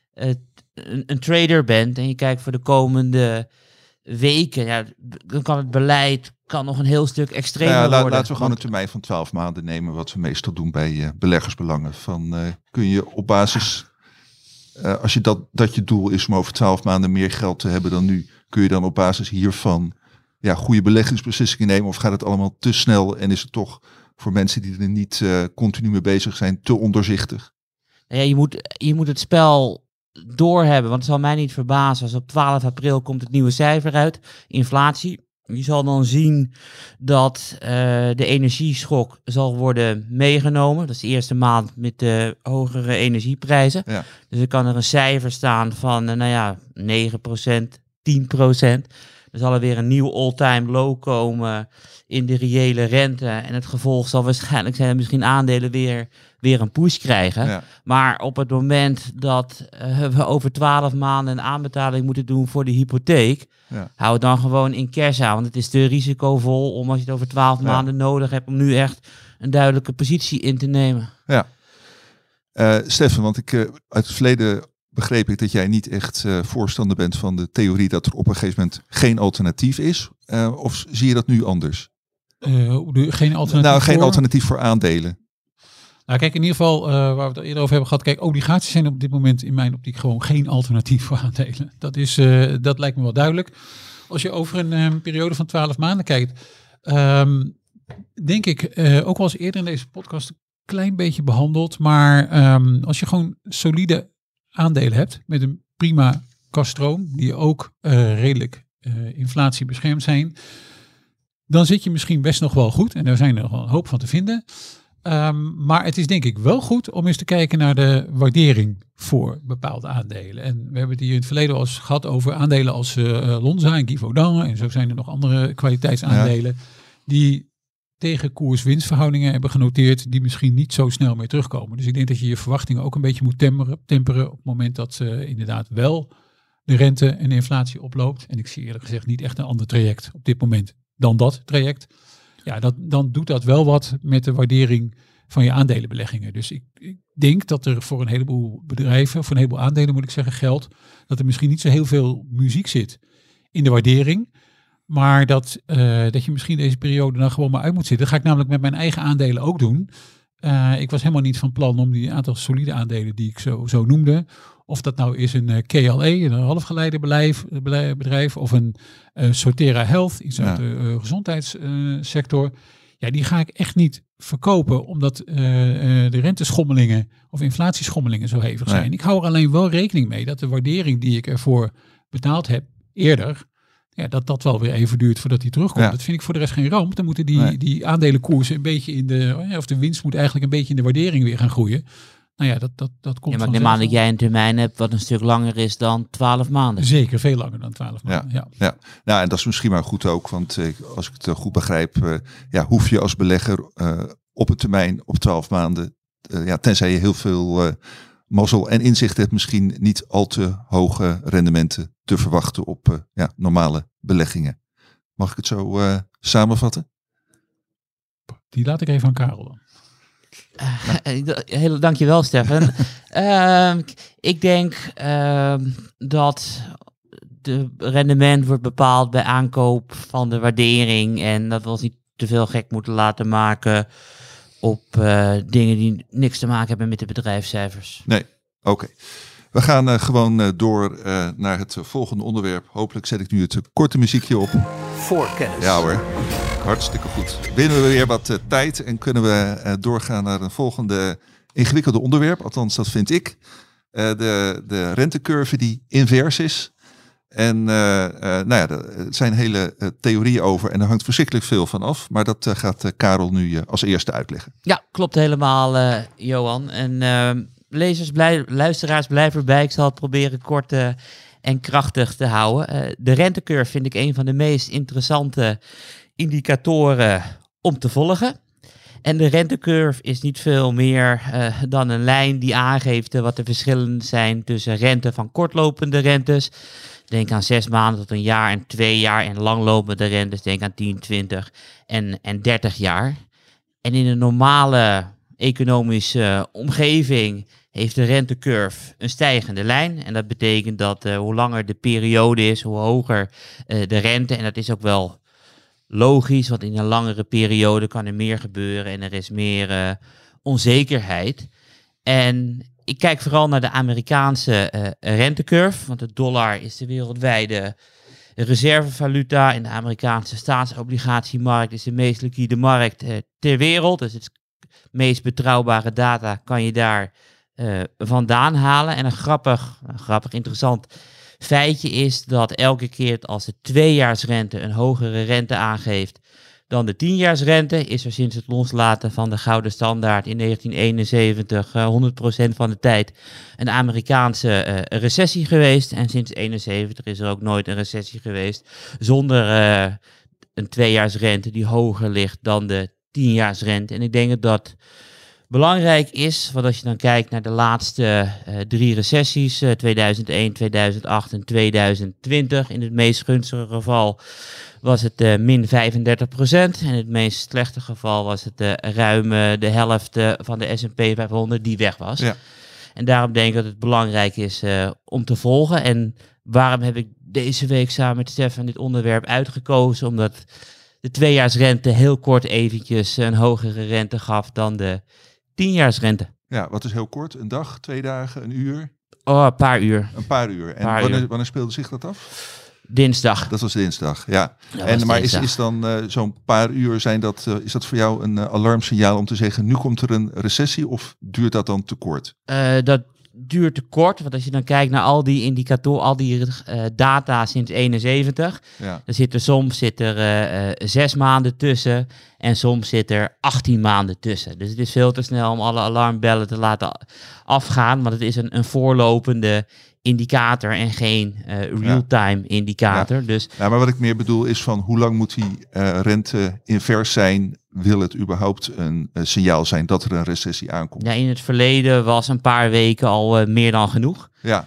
een trader bent en je kijkt voor de komende weken, dan kan het beleid nog een heel stuk extremer worden. Laten we gewoon een termijn van 12 maanden nemen, wat we meestal doen bij beleggersbelangen. Kun je op basis, als je dat je doel is om over 12 maanden meer geld te hebben dan nu, kun je dan op basis hiervan goede beleggingsbeslissingen nemen? Of gaat het allemaal te snel en is het toch voor mensen die er niet continu mee bezig zijn te ondoorzichtig? Ja, je moet het spel doorhebben, want het zal mij niet verbazen als op 12 april komt het nieuwe cijfer uit, inflatie. Je zal dan zien dat de energieschok zal worden meegenomen. Dat is de eerste maand met de hogere energieprijzen. Ja. Dus er kan er een cijfer staan van 9%. 10%. Er zal er weer een nieuw all-time low komen in de reële rente. En het gevolg zal waarschijnlijk zijn dat misschien aandelen weer een push krijgen. Ja. Maar op het moment dat we over 12 maanden een aanbetaling moeten doen voor de hypotheek, hou het dan gewoon in cash aan. Want het is te risicovol om, als je het over 12 maanden nodig hebt, om nu echt een duidelijke positie in te nemen. Ja. Stefan, want ik uit het verleden begreep ik dat jij niet echt voorstander bent van de theorie dat er op een gegeven moment geen alternatief is. Of zie je dat nu anders? Geen alternatief geen alternatief voor aandelen. Nou kijk, in ieder geval waar we het eerder over hebben gehad. Kijk, obligaties zijn op dit moment in mijn optiek gewoon geen alternatief voor aandelen. Dat lijkt me wel duidelijk. Als je over een periode van 12 maanden kijkt, denk ik, ook al eens eerder in deze podcast een klein beetje behandeld. Maar als je gewoon solide aandelen hebt met een prima kasstroom, die ook redelijk inflatiebeschermd zijn, dan zit je misschien best nog wel goed. En daar zijn er nog wel een hoop van te vinden. Maar het is denk ik wel goed om eens te kijken naar de waardering voor bepaalde aandelen. En we hebben het hier in het verleden al eens gehad over aandelen als Lonza en Givaudan. En zo zijn er nog andere kwaliteitsaandelen die tegen koers-winstverhoudingen hebben genoteerd die misschien niet zo snel meer terugkomen. Dus ik denk dat je je verwachtingen ook een beetje moet temperen op het moment dat inderdaad wel de rente en de inflatie oploopt. En ik zie eerlijk gezegd niet echt een ander traject op dit moment dan dat traject. Ja, dan doet dat wel wat met de waardering van je aandelenbeleggingen. Dus ik denk dat er voor een heleboel bedrijven, voor een heleboel aandelen moet ik zeggen, geldt dat er misschien niet zo heel veel muziek zit in de waardering. Maar dat je misschien deze periode dan gewoon maar uit moet zitten. Dat ga ik namelijk met mijn eigen aandelen ook doen. Ik was helemaal niet van plan om die aantal solide aandelen die ik zo noemde. Of dat nou is een KLE, een halfgeleiderbedrijf, of een Sotera Health, iets uit de gezondheidssector. Die ga ik echt niet verkopen, omdat de renteschommelingen of inflatieschommelingen zo hevig zijn. Nee. Ik hou er alleen wel rekening mee dat de waardering die ik ervoor betaald heb eerder, dat wel weer even duurt voordat die terugkomt. Ja. Dat vind ik voor de rest geen ramp. Dan moeten die aandelenkoersen een beetje of de winst moet eigenlijk een beetje in de waardering weer gaan groeien. Nou ja, dat komt. Maar ik neem aan dat jij een termijn hebt wat een stuk langer is dan 12 maanden. Zeker, veel langer dan 12 maanden. Ja. Nou, en dat is misschien maar goed ook, want als ik het goed begrijp, hoef je als belegger op een termijn op 12 maanden, tenzij je heel veel mazzel en inzicht hebt, misschien niet al te hoge rendementen te verwachten op normale beleggingen. Mag ik het zo samenvatten? Die laat ik even aan Karel dan. Dankjewel, Stefan. Ik denk dat Het rendement wordt bepaald bij aankoop van de waardering. En dat we ons niet te veel gek moeten laten maken op dingen die niks te maken hebben met de bedrijfscijfers. Nee, oké. We gaan gewoon door naar het volgende onderwerp. Hopelijk zet ik nu het korte muziekje op. Voorkennis. Ja hoor, hartstikke goed. Winnen we weer wat tijd en kunnen we doorgaan naar een volgende ingewikkelde onderwerp. Althans, dat vind ik. De rentecurve die invers is. En er zijn hele theorieën over en er hangt verschrikkelijk veel van af. Maar dat gaat Karel nu als eerste uitleggen. Ja, klopt helemaal, Johan. En luisteraars blijven erbij. Ik zal het proberen kort en krachtig te houden. De rentecurve vind ik een van de meest interessante indicatoren om te volgen. En de rentecurve is niet veel meer dan een lijn die aangeeft wat de verschillen zijn tussen rente van kortlopende rentes. Denk aan 6 maanden tot een jaar en 2 jaar en langlopende rentes. Denk aan 10, 20 en 30 jaar. En in een normale economische omgeving heeft de rentecurve een stijgende lijn. En dat betekent dat hoe langer de periode is, hoe hoger de rente. En dat is ook wel logisch, want in een langere periode kan er meer gebeuren en er is meer onzekerheid. En ik kijk vooral naar de Amerikaanse rentecurve, want de dollar is de wereldwijde reservevaluta en de Amerikaanse staatsobligatiemarkt is de meest liquide markt ter wereld. Dus het meest betrouwbare data kan je daar vandaan halen. En een grappig interessant feitje is dat elke keer als de 2-jaarsrente een hogere rente aangeeft dan de 10-jaarsrente, is er sinds het loslaten van de gouden standaard in 1971 100% van de tijd een Amerikaanse recessie geweest. En sinds 1971 is er ook nooit een recessie geweest zonder een 2-jaarsrente die hoger ligt dan de 10-jaarsrente. En ik denk dat dat belangrijk is, want als je dan kijkt naar de laatste 3 recessies, 2001, 2008 en 2020, in het meest gunstige geval was het min 35%. En in het meest slechte geval was het ruim de helft van de S&P 500 die weg was. Ja. En daarom denk ik dat het belangrijk is om te volgen. En waarom heb ik deze week samen met Stefan dit onderwerp uitgekozen? Omdat de 2-jaarsrente heel kort eventjes een hogere rente gaf dan de 10-jaarsrente. Ja, wat is heel kort? Een dag, 2 dagen, een uur? Oh, een paar uur. Een paar uur. En wanneer speelde zich dat af? Dinsdag. Dat was dinsdag, ja. Maar is dan zo'n paar uur, is dat voor jou een alarmsignaal om te zeggen, nu komt er een recessie of duurt dat dan te kort? Dat duurt te kort, want als je dan kijkt naar al die indicatoren, al die data sinds 71, soms zit er 6 maanden tussen en soms zit er 18 maanden tussen. Dus het is veel te snel om alle alarmbellen te laten afgaan, want het is een voorlopende indicator en geen real-time indicator. Ja. Dus, maar wat ik meer bedoel is van hoe lang moet die rente invers zijn? Wil het überhaupt een signaal zijn dat er een recessie aankomt? Ja, in het verleden was een paar weken al meer dan genoeg. Ja.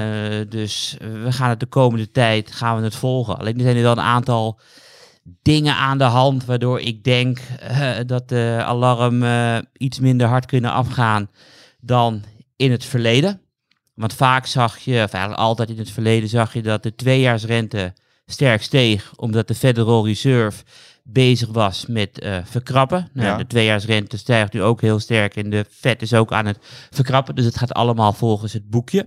Dus we gaan het de komende tijd gaan we het volgen. Alleen er zijn er wel een aantal dingen aan de hand waardoor ik denk dat de alarm iets minder hard kunnen afgaan dan in het verleden. Want vaak zag je, of eigenlijk altijd in het verleden zag je dat de 2-jaarsrente sterk steeg, omdat de Federal Reserve bezig was met verkrappen. De 2-jaarsrente stijgt nu ook heel sterk en de Fed is ook aan het verkrappen. Dus het gaat allemaal volgens het boekje.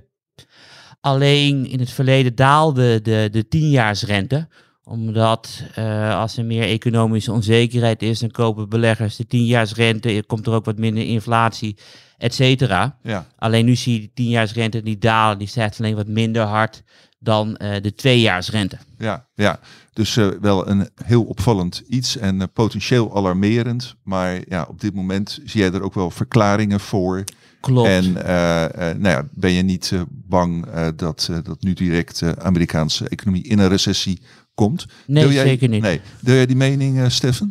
Alleen in het verleden daalde de 10-jaarsrente, omdat als er meer economische onzekerheid is, dan kopen beleggers de 10-jaarsrente, komt er ook wat minder inflatie, et cetera. Ja. Alleen nu zie je de 10-jaarsrente niet dalen, die stijgt alleen wat minder hard dan de 2-jaarsrente. Ja. Dus wel een heel opvallend iets en potentieel alarmerend. Maar ja, op dit moment zie jij er ook wel verklaringen voor. Klopt. En ben je niet bang dat nu direct de Amerikaanse economie in een recessie komt? Nee, zeker niet. Nee. Deel jij die mening, Stefan?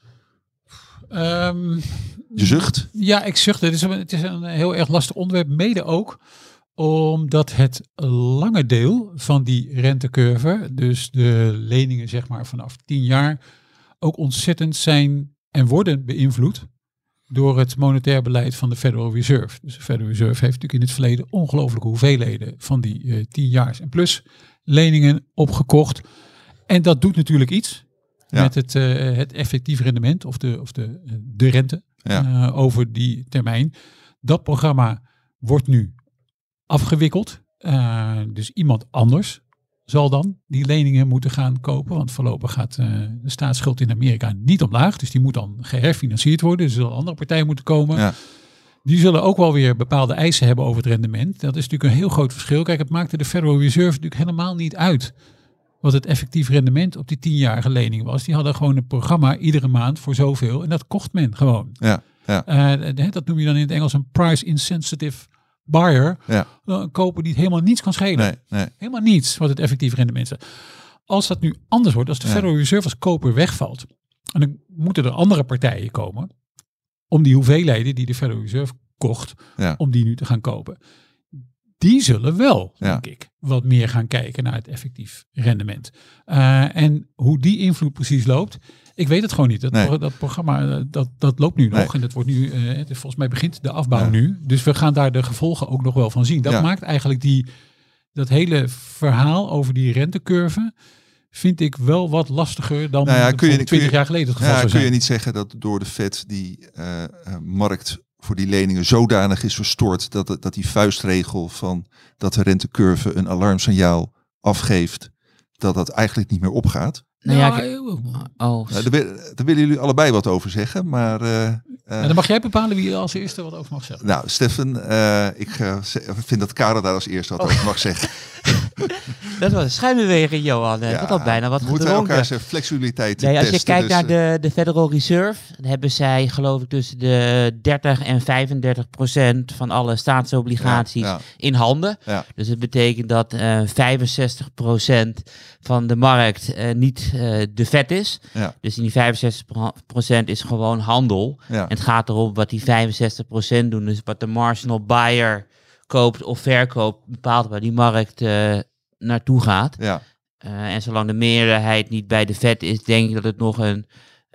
Je zucht? Ja, ik zucht. Het is een heel erg lastig onderwerp, mede ook omdat het lange deel van die rentecurve, dus de leningen zeg maar vanaf 10 jaar, ook ontzettend zijn en worden beïnvloed door het monetair beleid van de Federal Reserve. Dus de Federal Reserve heeft natuurlijk in het verleden ongelooflijke hoeveelheden van die 10 jaar en plus leningen opgekocht. En dat doet natuurlijk iets met het effectief rendement of de rente over die termijn. Dat programma wordt nu afgewikkeld. Dus iemand anders zal dan die leningen moeten gaan kopen. Want voorlopig gaat de staatsschuld in Amerika niet omlaag. Dus die moet dan geherfinancierd worden. Dus er zullen andere partijen moeten komen. Ja. Die zullen ook wel weer bepaalde eisen hebben over het rendement. Dat is natuurlijk een heel groot verschil. Kijk, het maakte de Federal Reserve natuurlijk helemaal niet uit wat het effectief rendement op die 10-jarige lening was. Die hadden gewoon een programma iedere maand voor zoveel. En dat kocht men gewoon. Ja. Dat noem je dan in het Engels een price insensitive buyer. Dan kopen die het helemaal niets kan schelen. Nee. Helemaal niets wat het effectief rendement is. Als dat nu anders wordt, als de Federal Reserve als koper wegvalt, en dan moeten er andere partijen komen om die hoeveelheden die de Federal Reserve kocht, om die nu te gaan kopen. Die zullen wel, denk ik, wat meer gaan kijken naar het effectief rendement. En hoe die invloed precies loopt, ik weet het gewoon niet. Dat programma, dat loopt nu nog. En dat wordt nu, volgens mij begint de afbouw nu. Dus we gaan daar de gevolgen ook nog wel van zien. Dat maakt eigenlijk dat hele verhaal over die rentecurve, vind ik wel wat lastiger dan 20 jaar geleden het geval zou zijn. Kun je niet zeggen dat door de Fed die markt voor die leningen zodanig is verstoord dat die vuistregel van dat de rentecurve een alarmsignaal afgeeft, dat eigenlijk niet meer opgaat? Daar willen jullie allebei wat over zeggen, maar dan mag jij bepalen wie als eerste wat over mag zeggen. Nou, Stefan, ik vind dat Karel daar als eerste wat over mag zeggen. Dat was een schijnbeweging, Johan. Dat had bijna wat gedronken. Moeten elkaar zijn flexibiliteit testen. Als je kijkt naar de Federal Reserve, dan hebben zij geloof ik tussen de 30 en 35% van alle staatsobligaties in handen. Ja. Dus het betekent dat 65% van de markt niet de vet is. Ja. Dus die 65% is gewoon handel. Ja. En het gaat erom wat die 65% doen. Dus wat de marginal buyer koopt of verkoopt, bepaalt waar die markt naartoe gaat. Ja. En zolang de meerderheid niet bij de vet is, denk ik dat het nog een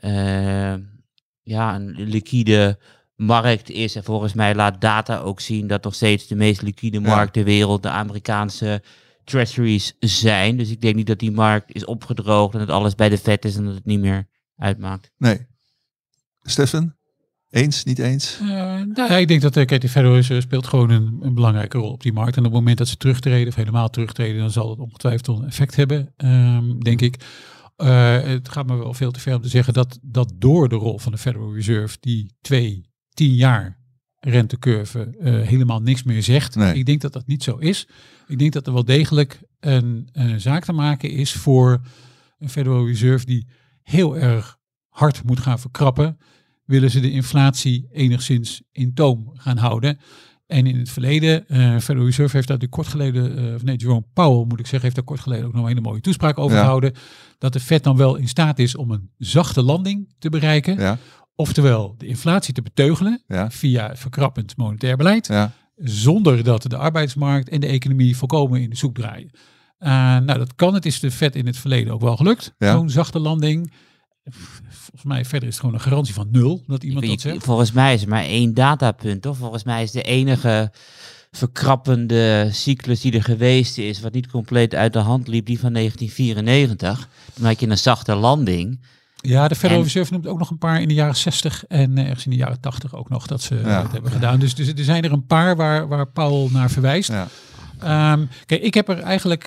liquide markt is. En volgens mij laat data ook zien dat nog steeds de meest liquide markt ter wereld de Amerikaanse treasuries zijn. Dus ik denk niet dat die markt is opgedroogd en dat alles bij de vet is en dat het niet meer uitmaakt. Nee. Stefan? Eens, niet eens? Ik denk dat de Federal Reserve speelt gewoon een belangrijke rol op die markt. En op het moment dat ze terugtreden of helemaal terugtreden, dan zal het ongetwijfeld een effect hebben, denk ik. Het gaat me wel veel te ver om te zeggen dat door de rol van de Federal Reserve die 10 jaar rentecurve helemaal niks meer zegt. Nee. Ik denk dat dat niet zo is. Ik denk dat er wel degelijk een zaak te maken is voor een Federal Reserve die heel erg hard moet gaan verkrappen. Willen ze de inflatie enigszins in toom gaan houden. En in het verleden, Federal Reserve heeft daar kort geleden, Jerome Powell moet ik zeggen, heeft daar kort geleden ook nog een hele mooie toespraak over gehouden. Dat de Fed dan wel in staat is om een zachte landing te bereiken. Ja. Oftewel de inflatie te beteugelen via verkrappend monetair beleid. Ja. Zonder dat de arbeidsmarkt en de economie volkomen in de soep draaien. Dat kan. Het is de Fed in het verleden ook wel gelukt. Ja. Zo'n zachte landing. Volgens mij verder is het gewoon een garantie van 0 dat iemand dat zegt. Volgens mij is er maar 1 datapunt, toch? Volgens mij is de enige verkrappende cyclus die er geweest is, wat niet compleet uit de hand liep, die van 1994. Dan had je een zachte landing. Ja, de Federal Reserve noemt ook nog een paar in de jaren 60 en ergens in de jaren 80 ook nog dat ze het hebben gedaan. Dus er zijn er een paar waar Powell naar verwijst. Ja. Kijk, ik heb er eigenlijk,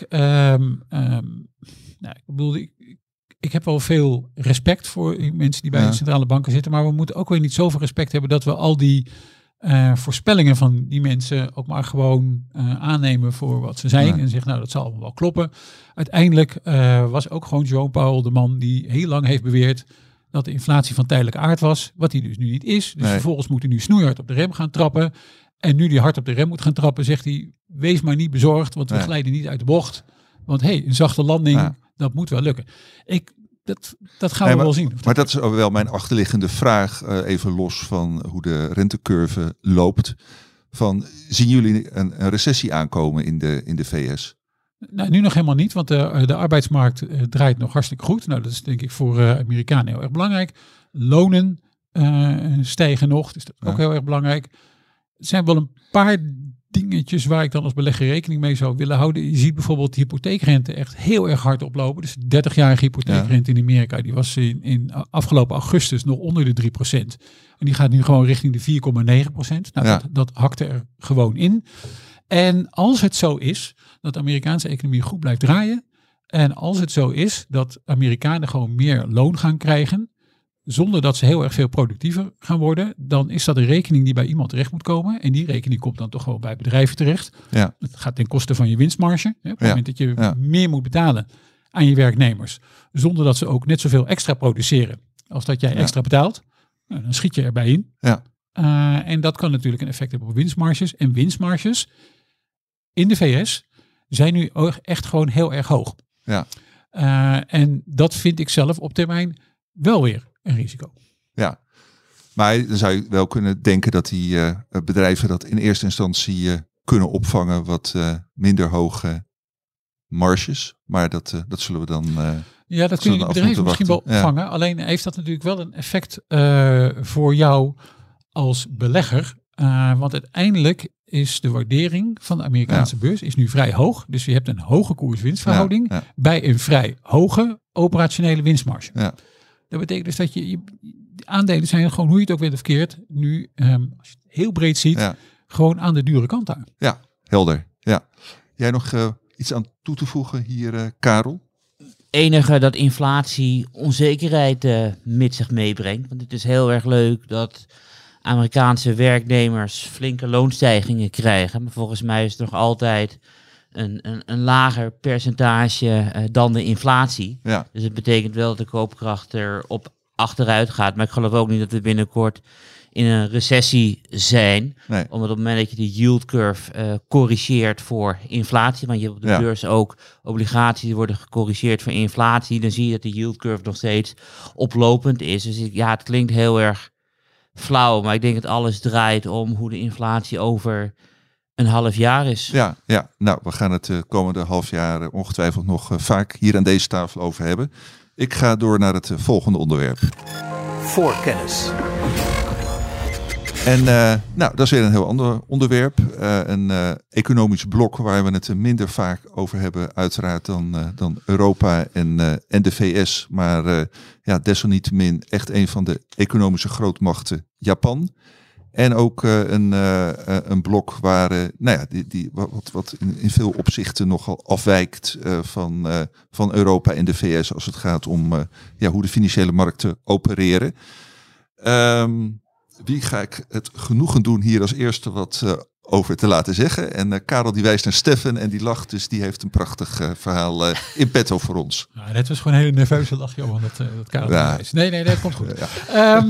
ik heb wel veel respect voor mensen die bij de centrale banken zitten, maar we moeten ook weer niet zoveel respect hebben dat we al die voorspellingen van die mensen ook maar gewoon aannemen voor wat ze zijn en zeggen, dat zal allemaal wel kloppen. Uiteindelijk was ook gewoon Jerome Powell de man die heel lang heeft beweerd dat de inflatie van tijdelijke aard was, wat die dus nu niet is. Dus vervolgens moet hij nu snoeihard op de rem gaan trappen. En nu die hard op de rem moet gaan trappen, zegt hij, wees maar niet bezorgd, want we glijden niet uit de bocht. Want een zachte landing, dat moet wel lukken. Dat gaan we wel zien. Maar dat is wel mijn achterliggende vraag, even los van hoe de rentecurve loopt. Zien jullie een recessie aankomen in de VS? Nou, nu nog helemaal niet, want de arbeidsmarkt draait nog hartstikke goed. Nou, dat is denk ik voor Amerikanen heel erg belangrijk. Lonen stijgen nog. Dus dat is ook heel erg belangrijk. Er zijn wel een paar dingetjes waar ik dan als belegger rekening mee zou willen houden. Je ziet bijvoorbeeld de hypotheekrente echt heel erg hard oplopen. Dus de 30-jarige hypotheekrente in Amerika, die was in afgelopen augustus nog onder de 3%. En die gaat nu gewoon richting de 4,9%. Nou, dat hakte er gewoon in. En als het zo is dat de Amerikaanse economie goed blijft draaien, en als het zo is dat Amerikanen gewoon meer loon gaan krijgen, zonder dat ze heel erg veel productiever gaan worden, dan is dat een rekening die bij iemand terecht moet komen. En die rekening komt dan toch gewoon bij bedrijven terecht. Ja. Het gaat ten koste van je winstmarge. Op het moment dat je meer moet betalen aan je werknemers, zonder dat ze ook net zoveel extra produceren als dat jij extra betaalt, nou, dan schiet je erbij in. Ja. En dat kan natuurlijk een effect hebben op winstmarges. En winstmarges in de VS zijn nu echt gewoon heel erg hoog. Ja. En dat vind ik zelf op termijn wel weer een risico. Ja, maar dan zou je wel kunnen denken dat die bedrijven dat in eerste instantie kunnen opvangen wat minder hoge marges. Maar dat zullen we dan... ja, dat kunnen die bedrijven misschien wel opvangen. Ja. Alleen heeft dat natuurlijk wel een effect voor jou als belegger. Want uiteindelijk is de waardering van de Amerikaanse beurs is nu vrij hoog. Dus je hebt een hoge koers-winstverhouding bij een vrij hoge operationele winstmarge. Ja. Dat betekent dus dat de aandelen zijn gewoon, hoe je het ook weet of verkeerd, nu, als je het heel breed ziet, gewoon aan de dure kant daar. Ja, helder. Ja. Jij nog iets aan toe te voegen hier, Karel? Enige dat inflatie onzekerheid met zich meebrengt. Want het is heel erg leuk dat Amerikaanse werknemers flinke loonstijgingen krijgen. Maar volgens mij is het nog altijd een lager percentage dan de inflatie. Ja. Dus het betekent wel dat de koopkracht erop achteruit gaat. Maar ik geloof ook niet dat we binnenkort in een recessie zijn. Nee. Omdat op het moment dat je de yield curve corrigeert voor inflatie, want je hebt op de beurs ook obligaties die worden gecorrigeerd voor inflatie, dan zie je dat de yield curve nog steeds oplopend is. Dus het klinkt heel erg flauw, maar ik denk dat alles draait om hoe de inflatie over een half jaar is. Ja, nou, we gaan het komende half jaar ongetwijfeld nog vaak hier aan deze tafel over hebben. Ik ga door naar het volgende onderwerp. Voorkennis. En dat is weer een heel ander onderwerp. Een economisch blok waar we het minder vaak over hebben uiteraard dan Europa en de VS. Maar desalniettemin echt een van de economische grootmachten, Japan. En ook een blok waar wat in veel opzichten nogal afwijkt van Europa en de VS als het gaat om hoe de financiële markten opereren. Wie ga ik het genoegen doen hier als eerste wat over te laten zeggen? En Karel die wijst naar Stefan en die lacht, dus die heeft een prachtig verhaal in petto voor ons. Nou, dat was gewoon een hele nerveuze lach, Johan, dat Karel wijst. Nee, dat komt goed. Ja.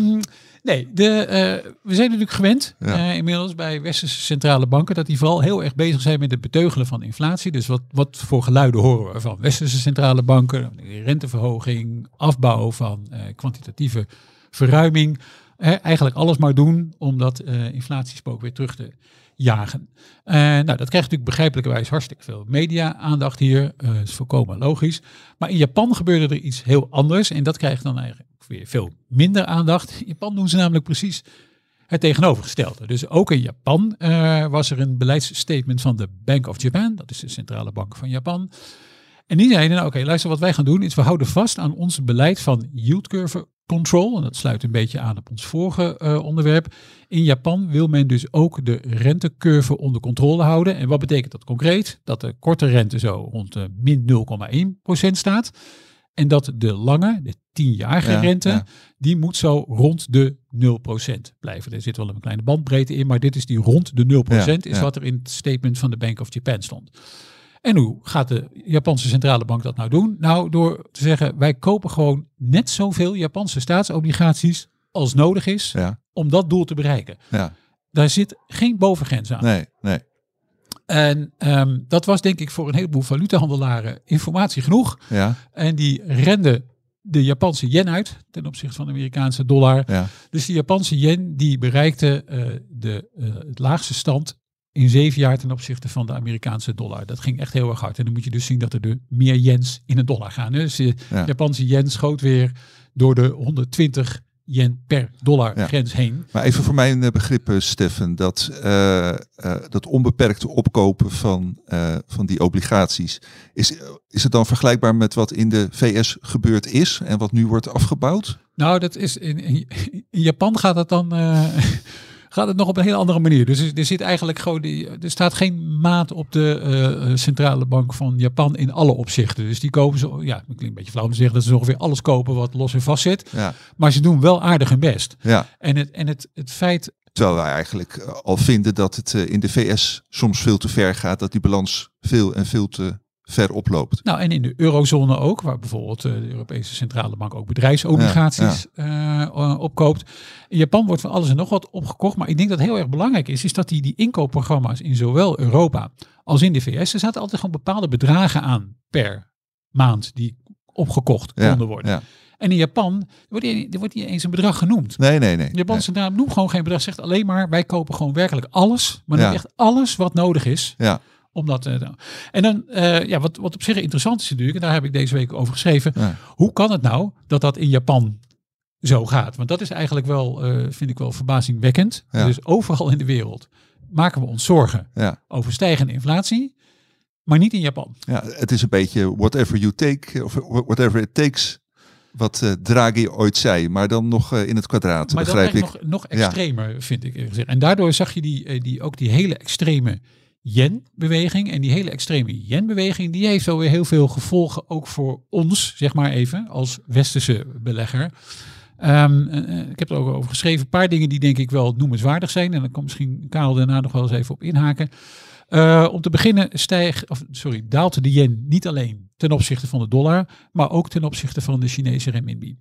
We zijn natuurlijk gewend inmiddels bij westerse centrale banken dat die vooral heel erg bezig zijn met het beteugelen van inflatie. Dus wat voor geluiden horen we van westerse centrale banken? Renteverhoging, afbouw van kwantitatieve verruiming. Eigenlijk alles maar doen om dat inflatiespook weer terug te jagen. Dat krijgt natuurlijk begrijpelijkerwijs hartstikke veel media-aandacht hier. Dat is volkomen logisch. Maar in Japan gebeurde er iets heel anders. En dat krijgt dan eigenlijk weer veel minder aandacht. In Japan doen ze namelijk precies het tegenovergestelde. Dus ook in Japan was er een beleidsstatement van de Bank of Japan. Dat is de centrale bank van Japan. En die zeiden, oké, luister, wat wij gaan doen is we houden vast aan ons beleid van yield curve control. En dat sluit een beetje aan op ons vorige onderwerp. In Japan wil men dus ook de rentecurve onder controle houden. En wat betekent dat concreet? Dat de korte rente zo rond de min 0,1% staat. En dat de lange, de 10-jarige rente, die moet zo rond de 0% blijven. Er zit wel een kleine bandbreedte in, maar dit is die rond de 0% is wat er in het statement van de Bank of Japan stond. En hoe gaat de Japanse centrale bank dat nou doen? Nou, door te zeggen, wij kopen gewoon net zoveel Japanse staatsobligaties als nodig is om dat doel te bereiken. Ja. Daar zit geen bovengrens aan. Nee. En dat was denk ik voor een heleboel valutahandelaren informatie genoeg. Ja. En die renden de Japanse yen uit ten opzichte van de Amerikaanse dollar. Ja. Dus de Japanse yen die bereikte het laagste stand in 7 jaar ten opzichte van de Amerikaanse dollar. Dat ging echt heel erg hard. En dan moet je dus zien dat er meer yens in een dollar gaan. Dus de Japanse yen schoot weer door de 120 yen per dollar grens heen. Maar even voor mijn begrip, Steffen, dat onbeperkte opkopen van die obligaties, is het dan vergelijkbaar met wat in de VS gebeurd is en wat nu wordt afgebouwd? Nou, dat is in Japan gaat het dan gaat het nog op een hele andere manier. Dus er zit eigenlijk gewoon er staat geen maat op de centrale bank van Japan in alle opzichten. Dus die kopen ze, het klinkt een beetje flauw om te zeggen dat ze ongeveer alles kopen wat los en vast zit. Ja. Maar ze doen wel aardig hun best. Ja. En het feit. Terwijl wij eigenlijk al vinden dat het in de VS soms veel te ver gaat, dat die balans veel te ver oploopt. Nou, en in de eurozone ook, waar bijvoorbeeld de Europese Centrale Bank ook bedrijfsobligaties opkoopt. In Japan wordt van alles en nog wat opgekocht, maar ik denk dat heel erg belangrijk is dat die inkoopprogramma's in zowel Europa als in de VS, er zaten altijd gewoon bepaalde bedragen aan per maand die opgekocht konden worden. Ja. En in Japan wordt niet eens een bedrag genoemd. Nee. De Japanse Centrale noemt gewoon geen bedrag, zegt alleen maar wij kopen gewoon werkelijk alles, maar dan echt alles wat nodig is. Ja. Omdat, en dan, wat op zich interessant is natuurlijk, en daar heb ik deze week over geschreven. Ja. Hoe kan het nou dat in Japan zo gaat? Want dat is eigenlijk wel, vind ik wel verbazingwekkend. Ja. Dus overal in de wereld maken we ons zorgen over stijgende inflatie, maar niet in Japan. Ja, het is een beetje whatever you take, of whatever it takes, wat Draghi ooit zei, maar dan nog in het kwadraat, maar begrijp ik. Nog extremer, vind ik. En daardoor zag je die hele extreme yen-beweging. En die hele extreme yen-beweging, die heeft wel weer heel veel gevolgen, ook voor ons, zeg maar even, als westerse belegger. Ik heb er ook over geschreven, een paar dingen die denk ik wel noemenswaardig zijn. En dan kan misschien Karel daarna nog wel eens even op inhaken. Om te beginnen daalt de yen niet alleen ten opzichte van de dollar, maar ook ten opzichte van de Chinese renminbi.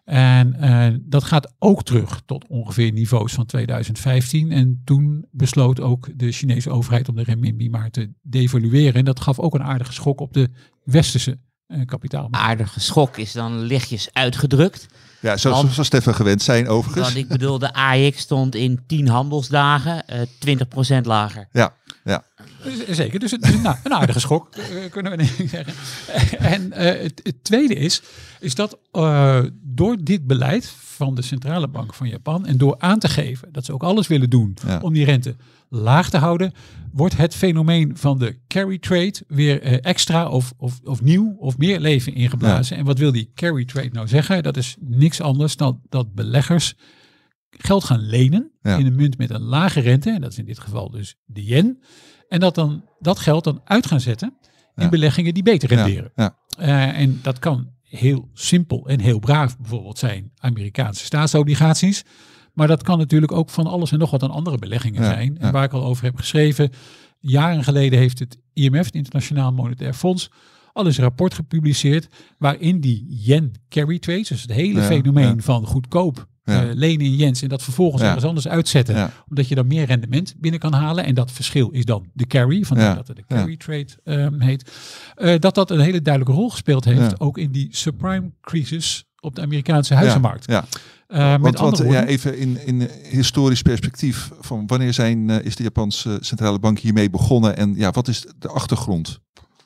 En dat gaat ook terug tot ongeveer niveaus van 2015. En toen besloot ook de Chinese overheid om de renminbi maar te devalueren. En dat gaf ook een aardige schok op de westerse kapitaalmarkt. Aardige schok is dan lichtjes uitgedrukt. Ja, zoals Steffen gewend zijn overigens. Want ik bedoel, de AX stond in 10 handelsdagen 20% lager. Ja. Zeker, dus een aardige schok, kunnen we niet zeggen. En het tweede is dat door dit beleid van de Centrale Bank van Japan en door aan te geven dat ze ook alles willen doen om die rente laag te houden, wordt het fenomeen van de carry trade weer extra of nieuw of meer leven ingeblazen. Ja. En wat wil die carry trade nou zeggen? Dat is niks anders dan dat beleggers geld gaan lenen in een munt met een lage rente. En dat is in dit geval dus de yen. En dat geld dan uit gaan zetten in beleggingen die beter renderen. Ja. En dat kan heel simpel en heel braaf bijvoorbeeld zijn Amerikaanse staatsobligaties. Maar dat kan natuurlijk ook van alles en nog wat aan andere beleggingen zijn. En waar ik al over heb geschreven, jaren geleden heeft het IMF, het Internationaal Monetair Fonds, al eens een rapport gepubliceerd waarin die yen carry trades, dus het hele fenomeen van goedkoop lenen in yens en dat vervolgens ergens anders uitzetten, omdat je dan meer rendement binnen kan halen. En dat verschil is dan de carry, vandaar dat het de carry trade heet. Dat een hele duidelijke rol gespeeld heeft, ook in die subprime crisis op de Amerikaanse huizenmarkt. Want even in historisch perspectief, van wanneer is de Japanse centrale bank hiermee begonnen en wat is de achtergrond?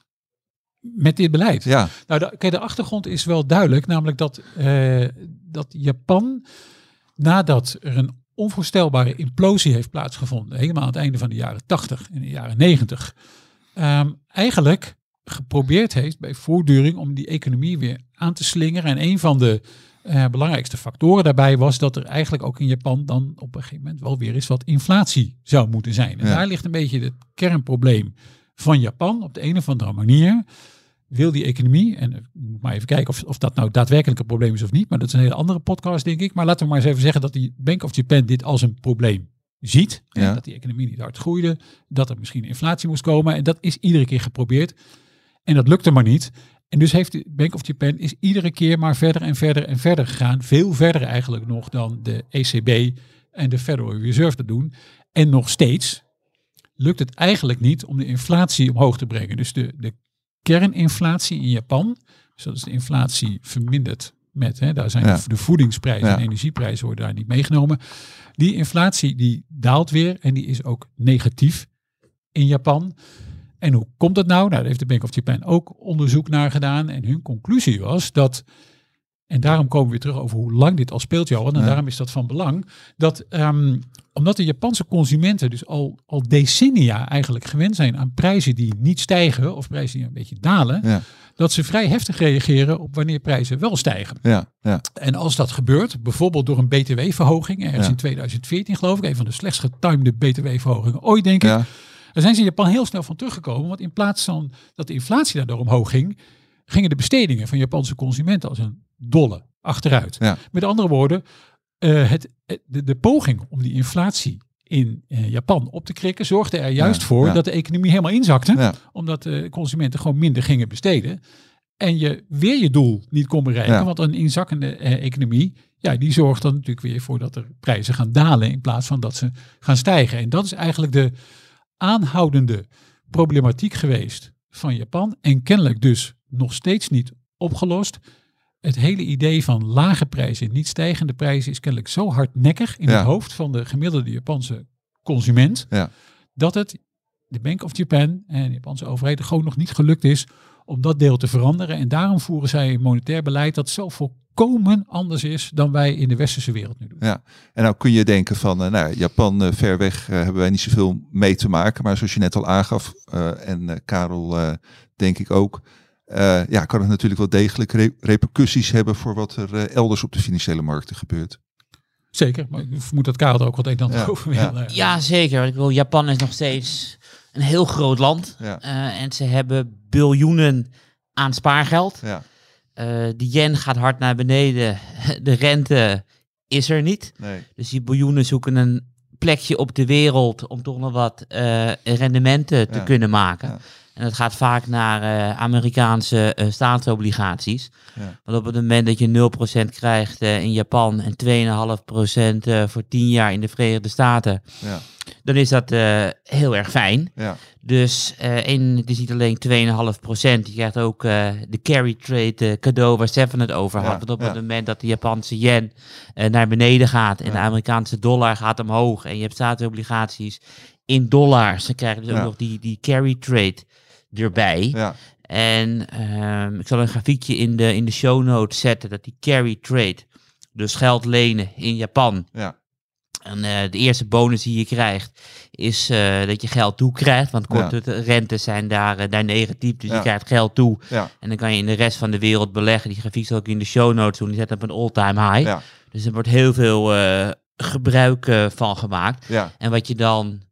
Met dit beleid? Ja. Nou, de achtergrond is wel duidelijk, namelijk dat Japan, nadat er een onvoorstelbare implosie heeft plaatsgevonden, helemaal aan het einde van de jaren 80 en de jaren 90, eigenlijk geprobeerd heeft bij voortduring om die economie weer aan te slingeren. En een van de belangrijkste factoren daarbij was dat er eigenlijk ook in Japan dan op een gegeven moment wel weer eens wat inflatie zou moeten zijn. En daar ligt een beetje het kernprobleem van Japan. Op de een of andere manier wil die economie, en ik moet maar even kijken of dat nou daadwerkelijk een probleem is of niet, maar dat is een hele andere podcast, denk ik. Maar laten we maar eens even zeggen dat die Bank of Japan dit als een probleem ziet. Dat die economie niet hard groeide, dat er misschien inflatie moest komen. En dat is iedere keer geprobeerd. En dat lukte maar niet. En dus heeft de Bank of Japan is iedere keer maar verder en verder en verder gegaan. Veel verder eigenlijk nog dan de ECB en de Federal Reserve te doen. En nog steeds lukt het eigenlijk niet om de inflatie omhoog te brengen. Dus de kerninflatie in Japan, dus dat is de inflatie verminderd met, daar zijn de voedingsprijzen en energieprijzen worden daar niet meegenomen. Die inflatie die daalt weer en die is ook negatief in Japan. En hoe komt dat nou? Nou, daar heeft de Bank of Japan ook onderzoek naar gedaan. En hun conclusie was dat En daarom komen we weer terug over hoe lang dit al speelt, Johan. En daarom is dat van belang. Dat omdat de Japanse consumenten dus al decennia eigenlijk gewend zijn aan prijzen die niet stijgen of prijzen die een beetje dalen. Dat ze vrij heftig reageren op wanneer prijzen wel stijgen. En als dat gebeurt, bijvoorbeeld door een btw-verhoging, ergens in 2014 geloof ik, een van de slechtst getimede btw-verhogingen ooit denk ik. Daar zijn ze in Japan heel snel van teruggekomen. Want in plaats van dat de inflatie daardoor omhoog ging, gingen de bestedingen van Japanse consumenten als een dolle achteruit. Met andere woorden, de poging om die inflatie in Japan op te krikken zorgde er juist voor dat de economie helemaal inzakte. Omdat de consumenten gewoon minder gingen besteden. En je weer je doel niet kon bereiken. Want een inzakkende economie, die zorgt dan natuurlijk weer voor dat er prijzen gaan dalen in plaats van dat ze gaan stijgen. En dat is eigenlijk de aanhoudende problematiek geweest van Japan. En kennelijk dus nog steeds niet opgelost. Het hele idee van lage prijzen en niet stijgende prijzen is kennelijk zo hardnekkig in het hoofd van de gemiddelde Japanse consument. Dat het de Bank of Japan en de Japanse overheid gewoon nog niet gelukt is om dat deel te veranderen. En daarom voeren zij een monetair beleid dat zo volkomen anders is dan wij in de westerse wereld nu doen. En nou kun je denken van, Japan ver weg hebben wij niet zoveel mee te maken. Maar zoals je net al aangaf, en Karel denk ik ook, kan het natuurlijk wel degelijk repercussies hebben voor wat er elders op de financiële markten gebeurt. Zeker, maar ik vermoed dat Karel er ook wat een en ander over wil. Ja, zeker. Ik wil, Japan is nog steeds een heel groot land. En ze hebben biljoenen aan spaargeld. De yen gaat hard naar beneden. De rente is er niet. Dus die biljoenen zoeken een plekje op de wereld om toch nog wat rendementen te kunnen maken. En dat gaat vaak naar Amerikaanse staatsobligaties. Want op het moment dat je 0% krijgt in Japan en 2,5% voor 10 jaar in de Verenigde Staten, dan is dat heel erg fijn. Dus het is niet alleen 2,5%. Je krijgt ook de carry trade cadeau waar Stefan het over had. Want op het moment dat de Japanse yen naar beneden gaat en de Amerikaanse dollar gaat omhoog en je hebt staatsobligaties in dollars, dan krijg je dus ook nog die carry trade erbij. En ik zal een grafiekje in de show notes zetten dat die carry trade, dus geld lenen in Japan. En de eerste bonus die je krijgt is dat je geld toekrijgt, want korte rentes zijn daar negatief, dus je krijgt geld toe. En dan kan je in de rest van de wereld beleggen. Die grafiek zal ik in de show notes doen, die zet op een all-time high. Dus er wordt heel veel gebruik van gemaakt. En wat je dan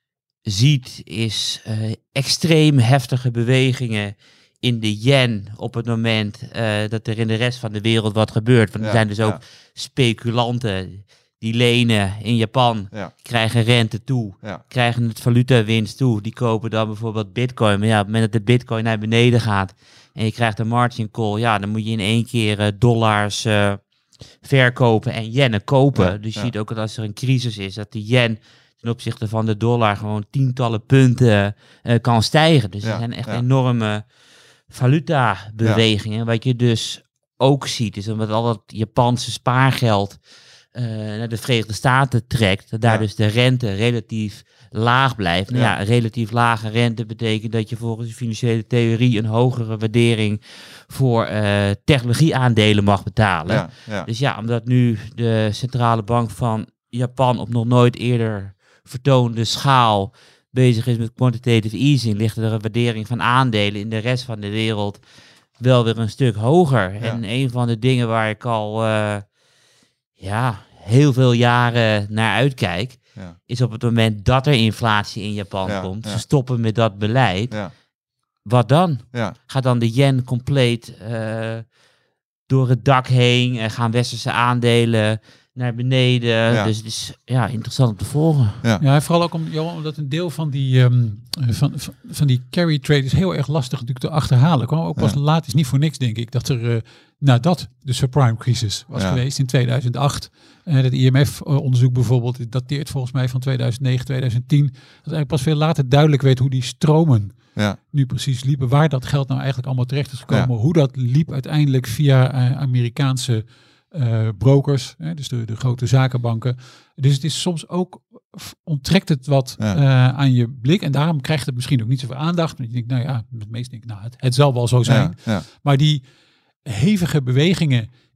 ziet is extreem heftige bewegingen in de yen op het moment dat er in de rest van de wereld wat gebeurt. Want er zijn dus ook speculanten die lenen in Japan, krijgen rente toe, krijgen het valutawinst toe. Die kopen dan bijvoorbeeld bitcoin. Maar op het moment dat de bitcoin naar beneden gaat en je krijgt een margin call, dan moet je in één keer dollars verkopen en yennen kopen. Dus je ziet ook dat als er een crisis is, dat de yen ten opzichte van de dollar gewoon tientallen punten kan stijgen. Dus er zijn echt enorme valuta-bewegingen. Wat je dus ook ziet, is omdat al dat Japanse spaargeld naar de Verenigde Staten trekt, dat daar dus de rente relatief laag blijft. Nou relatief lage rente betekent dat je volgens de financiële theorie een hogere waardering voor technologieaandelen mag betalen. Dus omdat nu de centrale bank van Japan op nog nooit eerder vertoonde schaal bezig is met quantitative easing, ligt er een waardering van aandelen in de rest van de wereld wel weer een stuk hoger. En een van de dingen waar ik al heel veel jaren naar uitkijk, is op het moment dat er inflatie in Japan komt, ze stoppen met dat beleid. Wat dan? Gaat dan de yen compleet door het dak heen? Gaan westerse aandelen naar beneden? Dus het is interessant om te volgen. Ja, vooral ook omdat een deel van die van die carry trade is heel erg lastig natuurlijk te achterhalen. Kwam ook pas laat, is niet voor niks denk ik, dat er nadat de subprime crisis was geweest in 2008, het IMF-onderzoek bijvoorbeeld, dateert volgens mij van 2009, 2010, dat eigenlijk pas veel later duidelijk werd hoe die stromen nu precies liepen, waar dat geld nou eigenlijk allemaal terecht is gekomen, hoe dat liep uiteindelijk via Amerikaanse brokers, dus de grote zakenbanken. Dus het is soms ook, onttrekt het wat aan je blik en daarom krijgt het misschien ook niet zoveel aandacht. Want je denkt, het meest denkt, het zal wel zo zijn. Maar die hevige bewegingen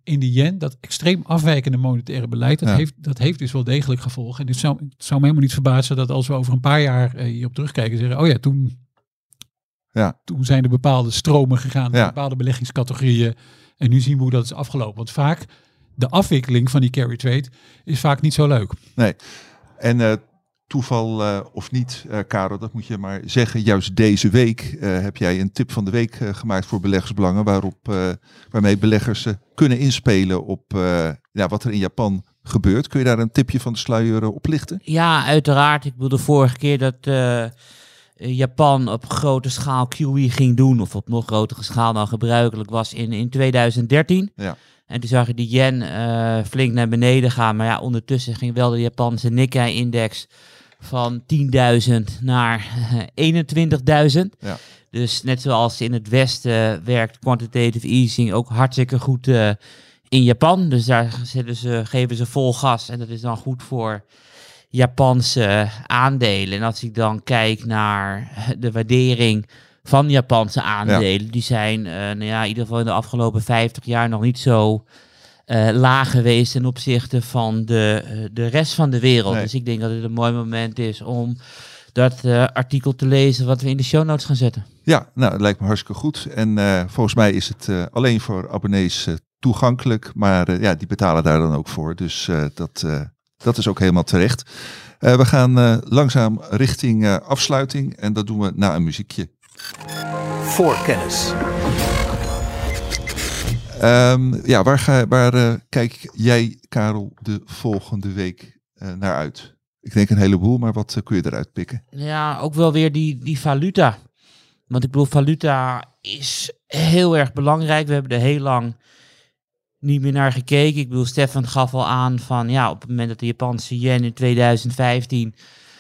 in de yen, dat extreem afwijkende monetaire beleid, dat heeft dus wel degelijk gevolgen. En het zou me helemaal niet verbazen dat als we over een paar jaar hierop terugkijken, zeggen, toen zijn er bepaalde stromen gegaan, bepaalde beleggingscategorieën. En nu zien we hoe dat is afgelopen. Want vaak, de afwikkeling van die carry trade is vaak niet zo leuk. Nee, en toeval of niet, Karel, dat moet je maar zeggen. Juist deze week heb jij een tip van de week gemaakt voor beleggersbelangen, waarmee beleggers kunnen inspelen op wat er in Japan gebeurt. Kun je daar een tipje van de sluier op lichten? Ja, uiteraard. Ik bedoel, de vorige keer dat Japan op grote schaal QE ging doen, of op nog grotere schaal dan gebruikelijk was in 2013. Ja. En toen zag je die yen flink naar beneden gaan. Maar ja, ondertussen ging wel de Japanse Nikkei-index van 10.000 naar 21.000. Ja. Dus net zoals in het Westen werkt quantitative easing ook hartstikke goed in Japan. Dus daar geven ze vol gas. En dat is dan goed voor Japanse aandelen. En als ik dan kijk naar de waardering van Japanse aandelen, die zijn in ieder geval in de afgelopen 50 jaar nog niet zo laag geweest ten opzichte van de rest van de wereld. Nee. Dus ik denk dat het een mooi moment is om dat artikel te lezen wat we in de show notes gaan zetten. Ja, nou, dat lijkt me hartstikke goed. En volgens mij is het alleen voor abonnees toegankelijk, maar die betalen daar dan ook voor. Dus dat is ook helemaal terecht. We gaan langzaam richting afsluiting en dat doen we na een muziekje. Voorkennis. Waar kijk jij, Karel, de volgende week naar uit? Ik denk een heleboel, maar wat kun je eruit pikken? Ja, ook wel weer die valuta. Want ik bedoel, valuta is heel erg belangrijk. We hebben er heel lang niet meer naar gekeken. Ik bedoel, Stefan gaf al aan van op het moment dat de Japanse yen in 2015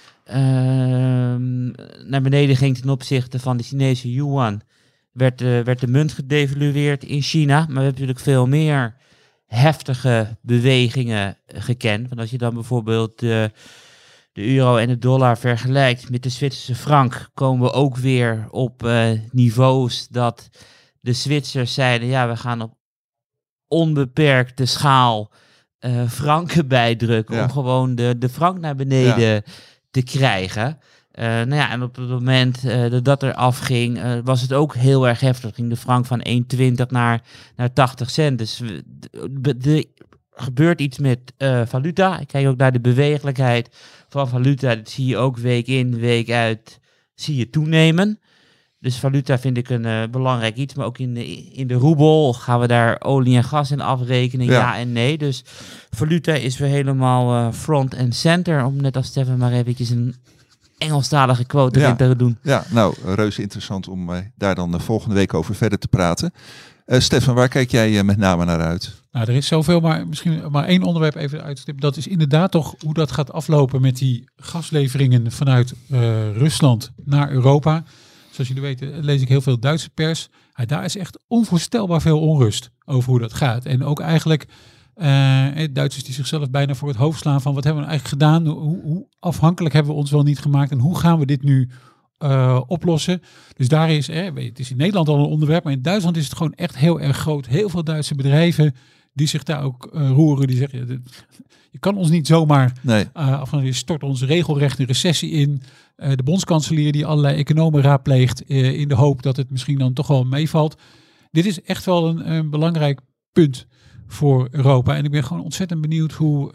naar beneden ging ten opzichte van de Chinese yuan, werd de munt gedevalueerd in China. Maar we hebben natuurlijk veel meer heftige bewegingen gekend. Want als je dan bijvoorbeeld de euro en de dollar vergelijkt met de Zwitserse frank, komen we ook weer op niveaus dat de Zwitsers zeiden, we gaan op onbeperkte schaal franken bijdrukken om gewoon de frank naar beneden te krijgen. En op het moment dat er afging, was het ook heel erg heftig. Ging de frank van 1,20 naar 80 cent. Dus er gebeurt iets met valuta. Ik kijk ook naar de bewegelijkheid van valuta. Dat zie je ook week in, week uit, zie je toenemen. Dus valuta vind ik een belangrijk iets. Maar ook in de roebel gaan we daar olie en gas in afrekenen, ja en nee. Dus valuta is weer helemaal front and center. Om net als Stefan maar eventjes een Engelstalige quote in te doen. Ja, nou, reuze interessant om daar dan volgende week over verder te praten. Stefan, waar kijk jij met name naar uit? Nou, er is zoveel, maar misschien maar één onderwerp even uitstippen. Dat is inderdaad toch hoe dat gaat aflopen met die gasleveringen vanuit Rusland naar Europa. Zoals jullie weten lees ik heel veel Duitse pers. Daar is echt onvoorstelbaar veel onrust over hoe dat gaat. En ook eigenlijk Duitsers die zichzelf bijna voor het hoofd slaan van wat hebben we nou eigenlijk gedaan? Hoe afhankelijk hebben we ons wel niet gemaakt? En hoe gaan we dit nu oplossen? Dus daar is, het is in Nederland al een onderwerp, maar in Duitsland is het gewoon echt heel erg groot. Heel veel Duitse bedrijven die zich daar ook roeren. Die zeggen, je kan ons niet zomaar je stort ons regelrecht een recessie in. De bondskanselier die allerlei economen raadpleegt in de hoop dat het misschien dan toch wel meevalt. Dit is echt wel een belangrijk punt voor Europa. En ik ben gewoon ontzettend benieuwd hoe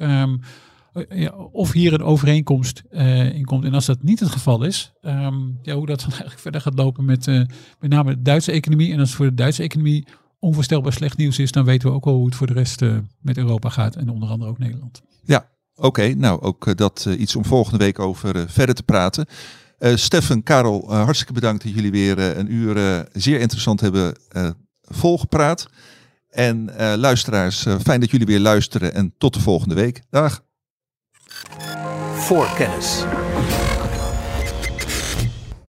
of hier een overeenkomst in komt. En als dat niet het geval is, hoe dat dan eigenlijk verder gaat lopen met name de Duitse economie. En als het voor de Duitse economie onvoorstelbaar slecht nieuws is, dan weten we ook wel hoe het voor de rest met Europa gaat. En onder andere ook Nederland. Ja, oké. Nou, ook dat iets om volgende week over verder te praten. Stefan, Karel, hartstikke bedankt dat jullie weer een uur zeer interessant hebben volgepraat. En luisteraars, fijn dat jullie weer luisteren en tot de volgende week. Dag. Voorkennis.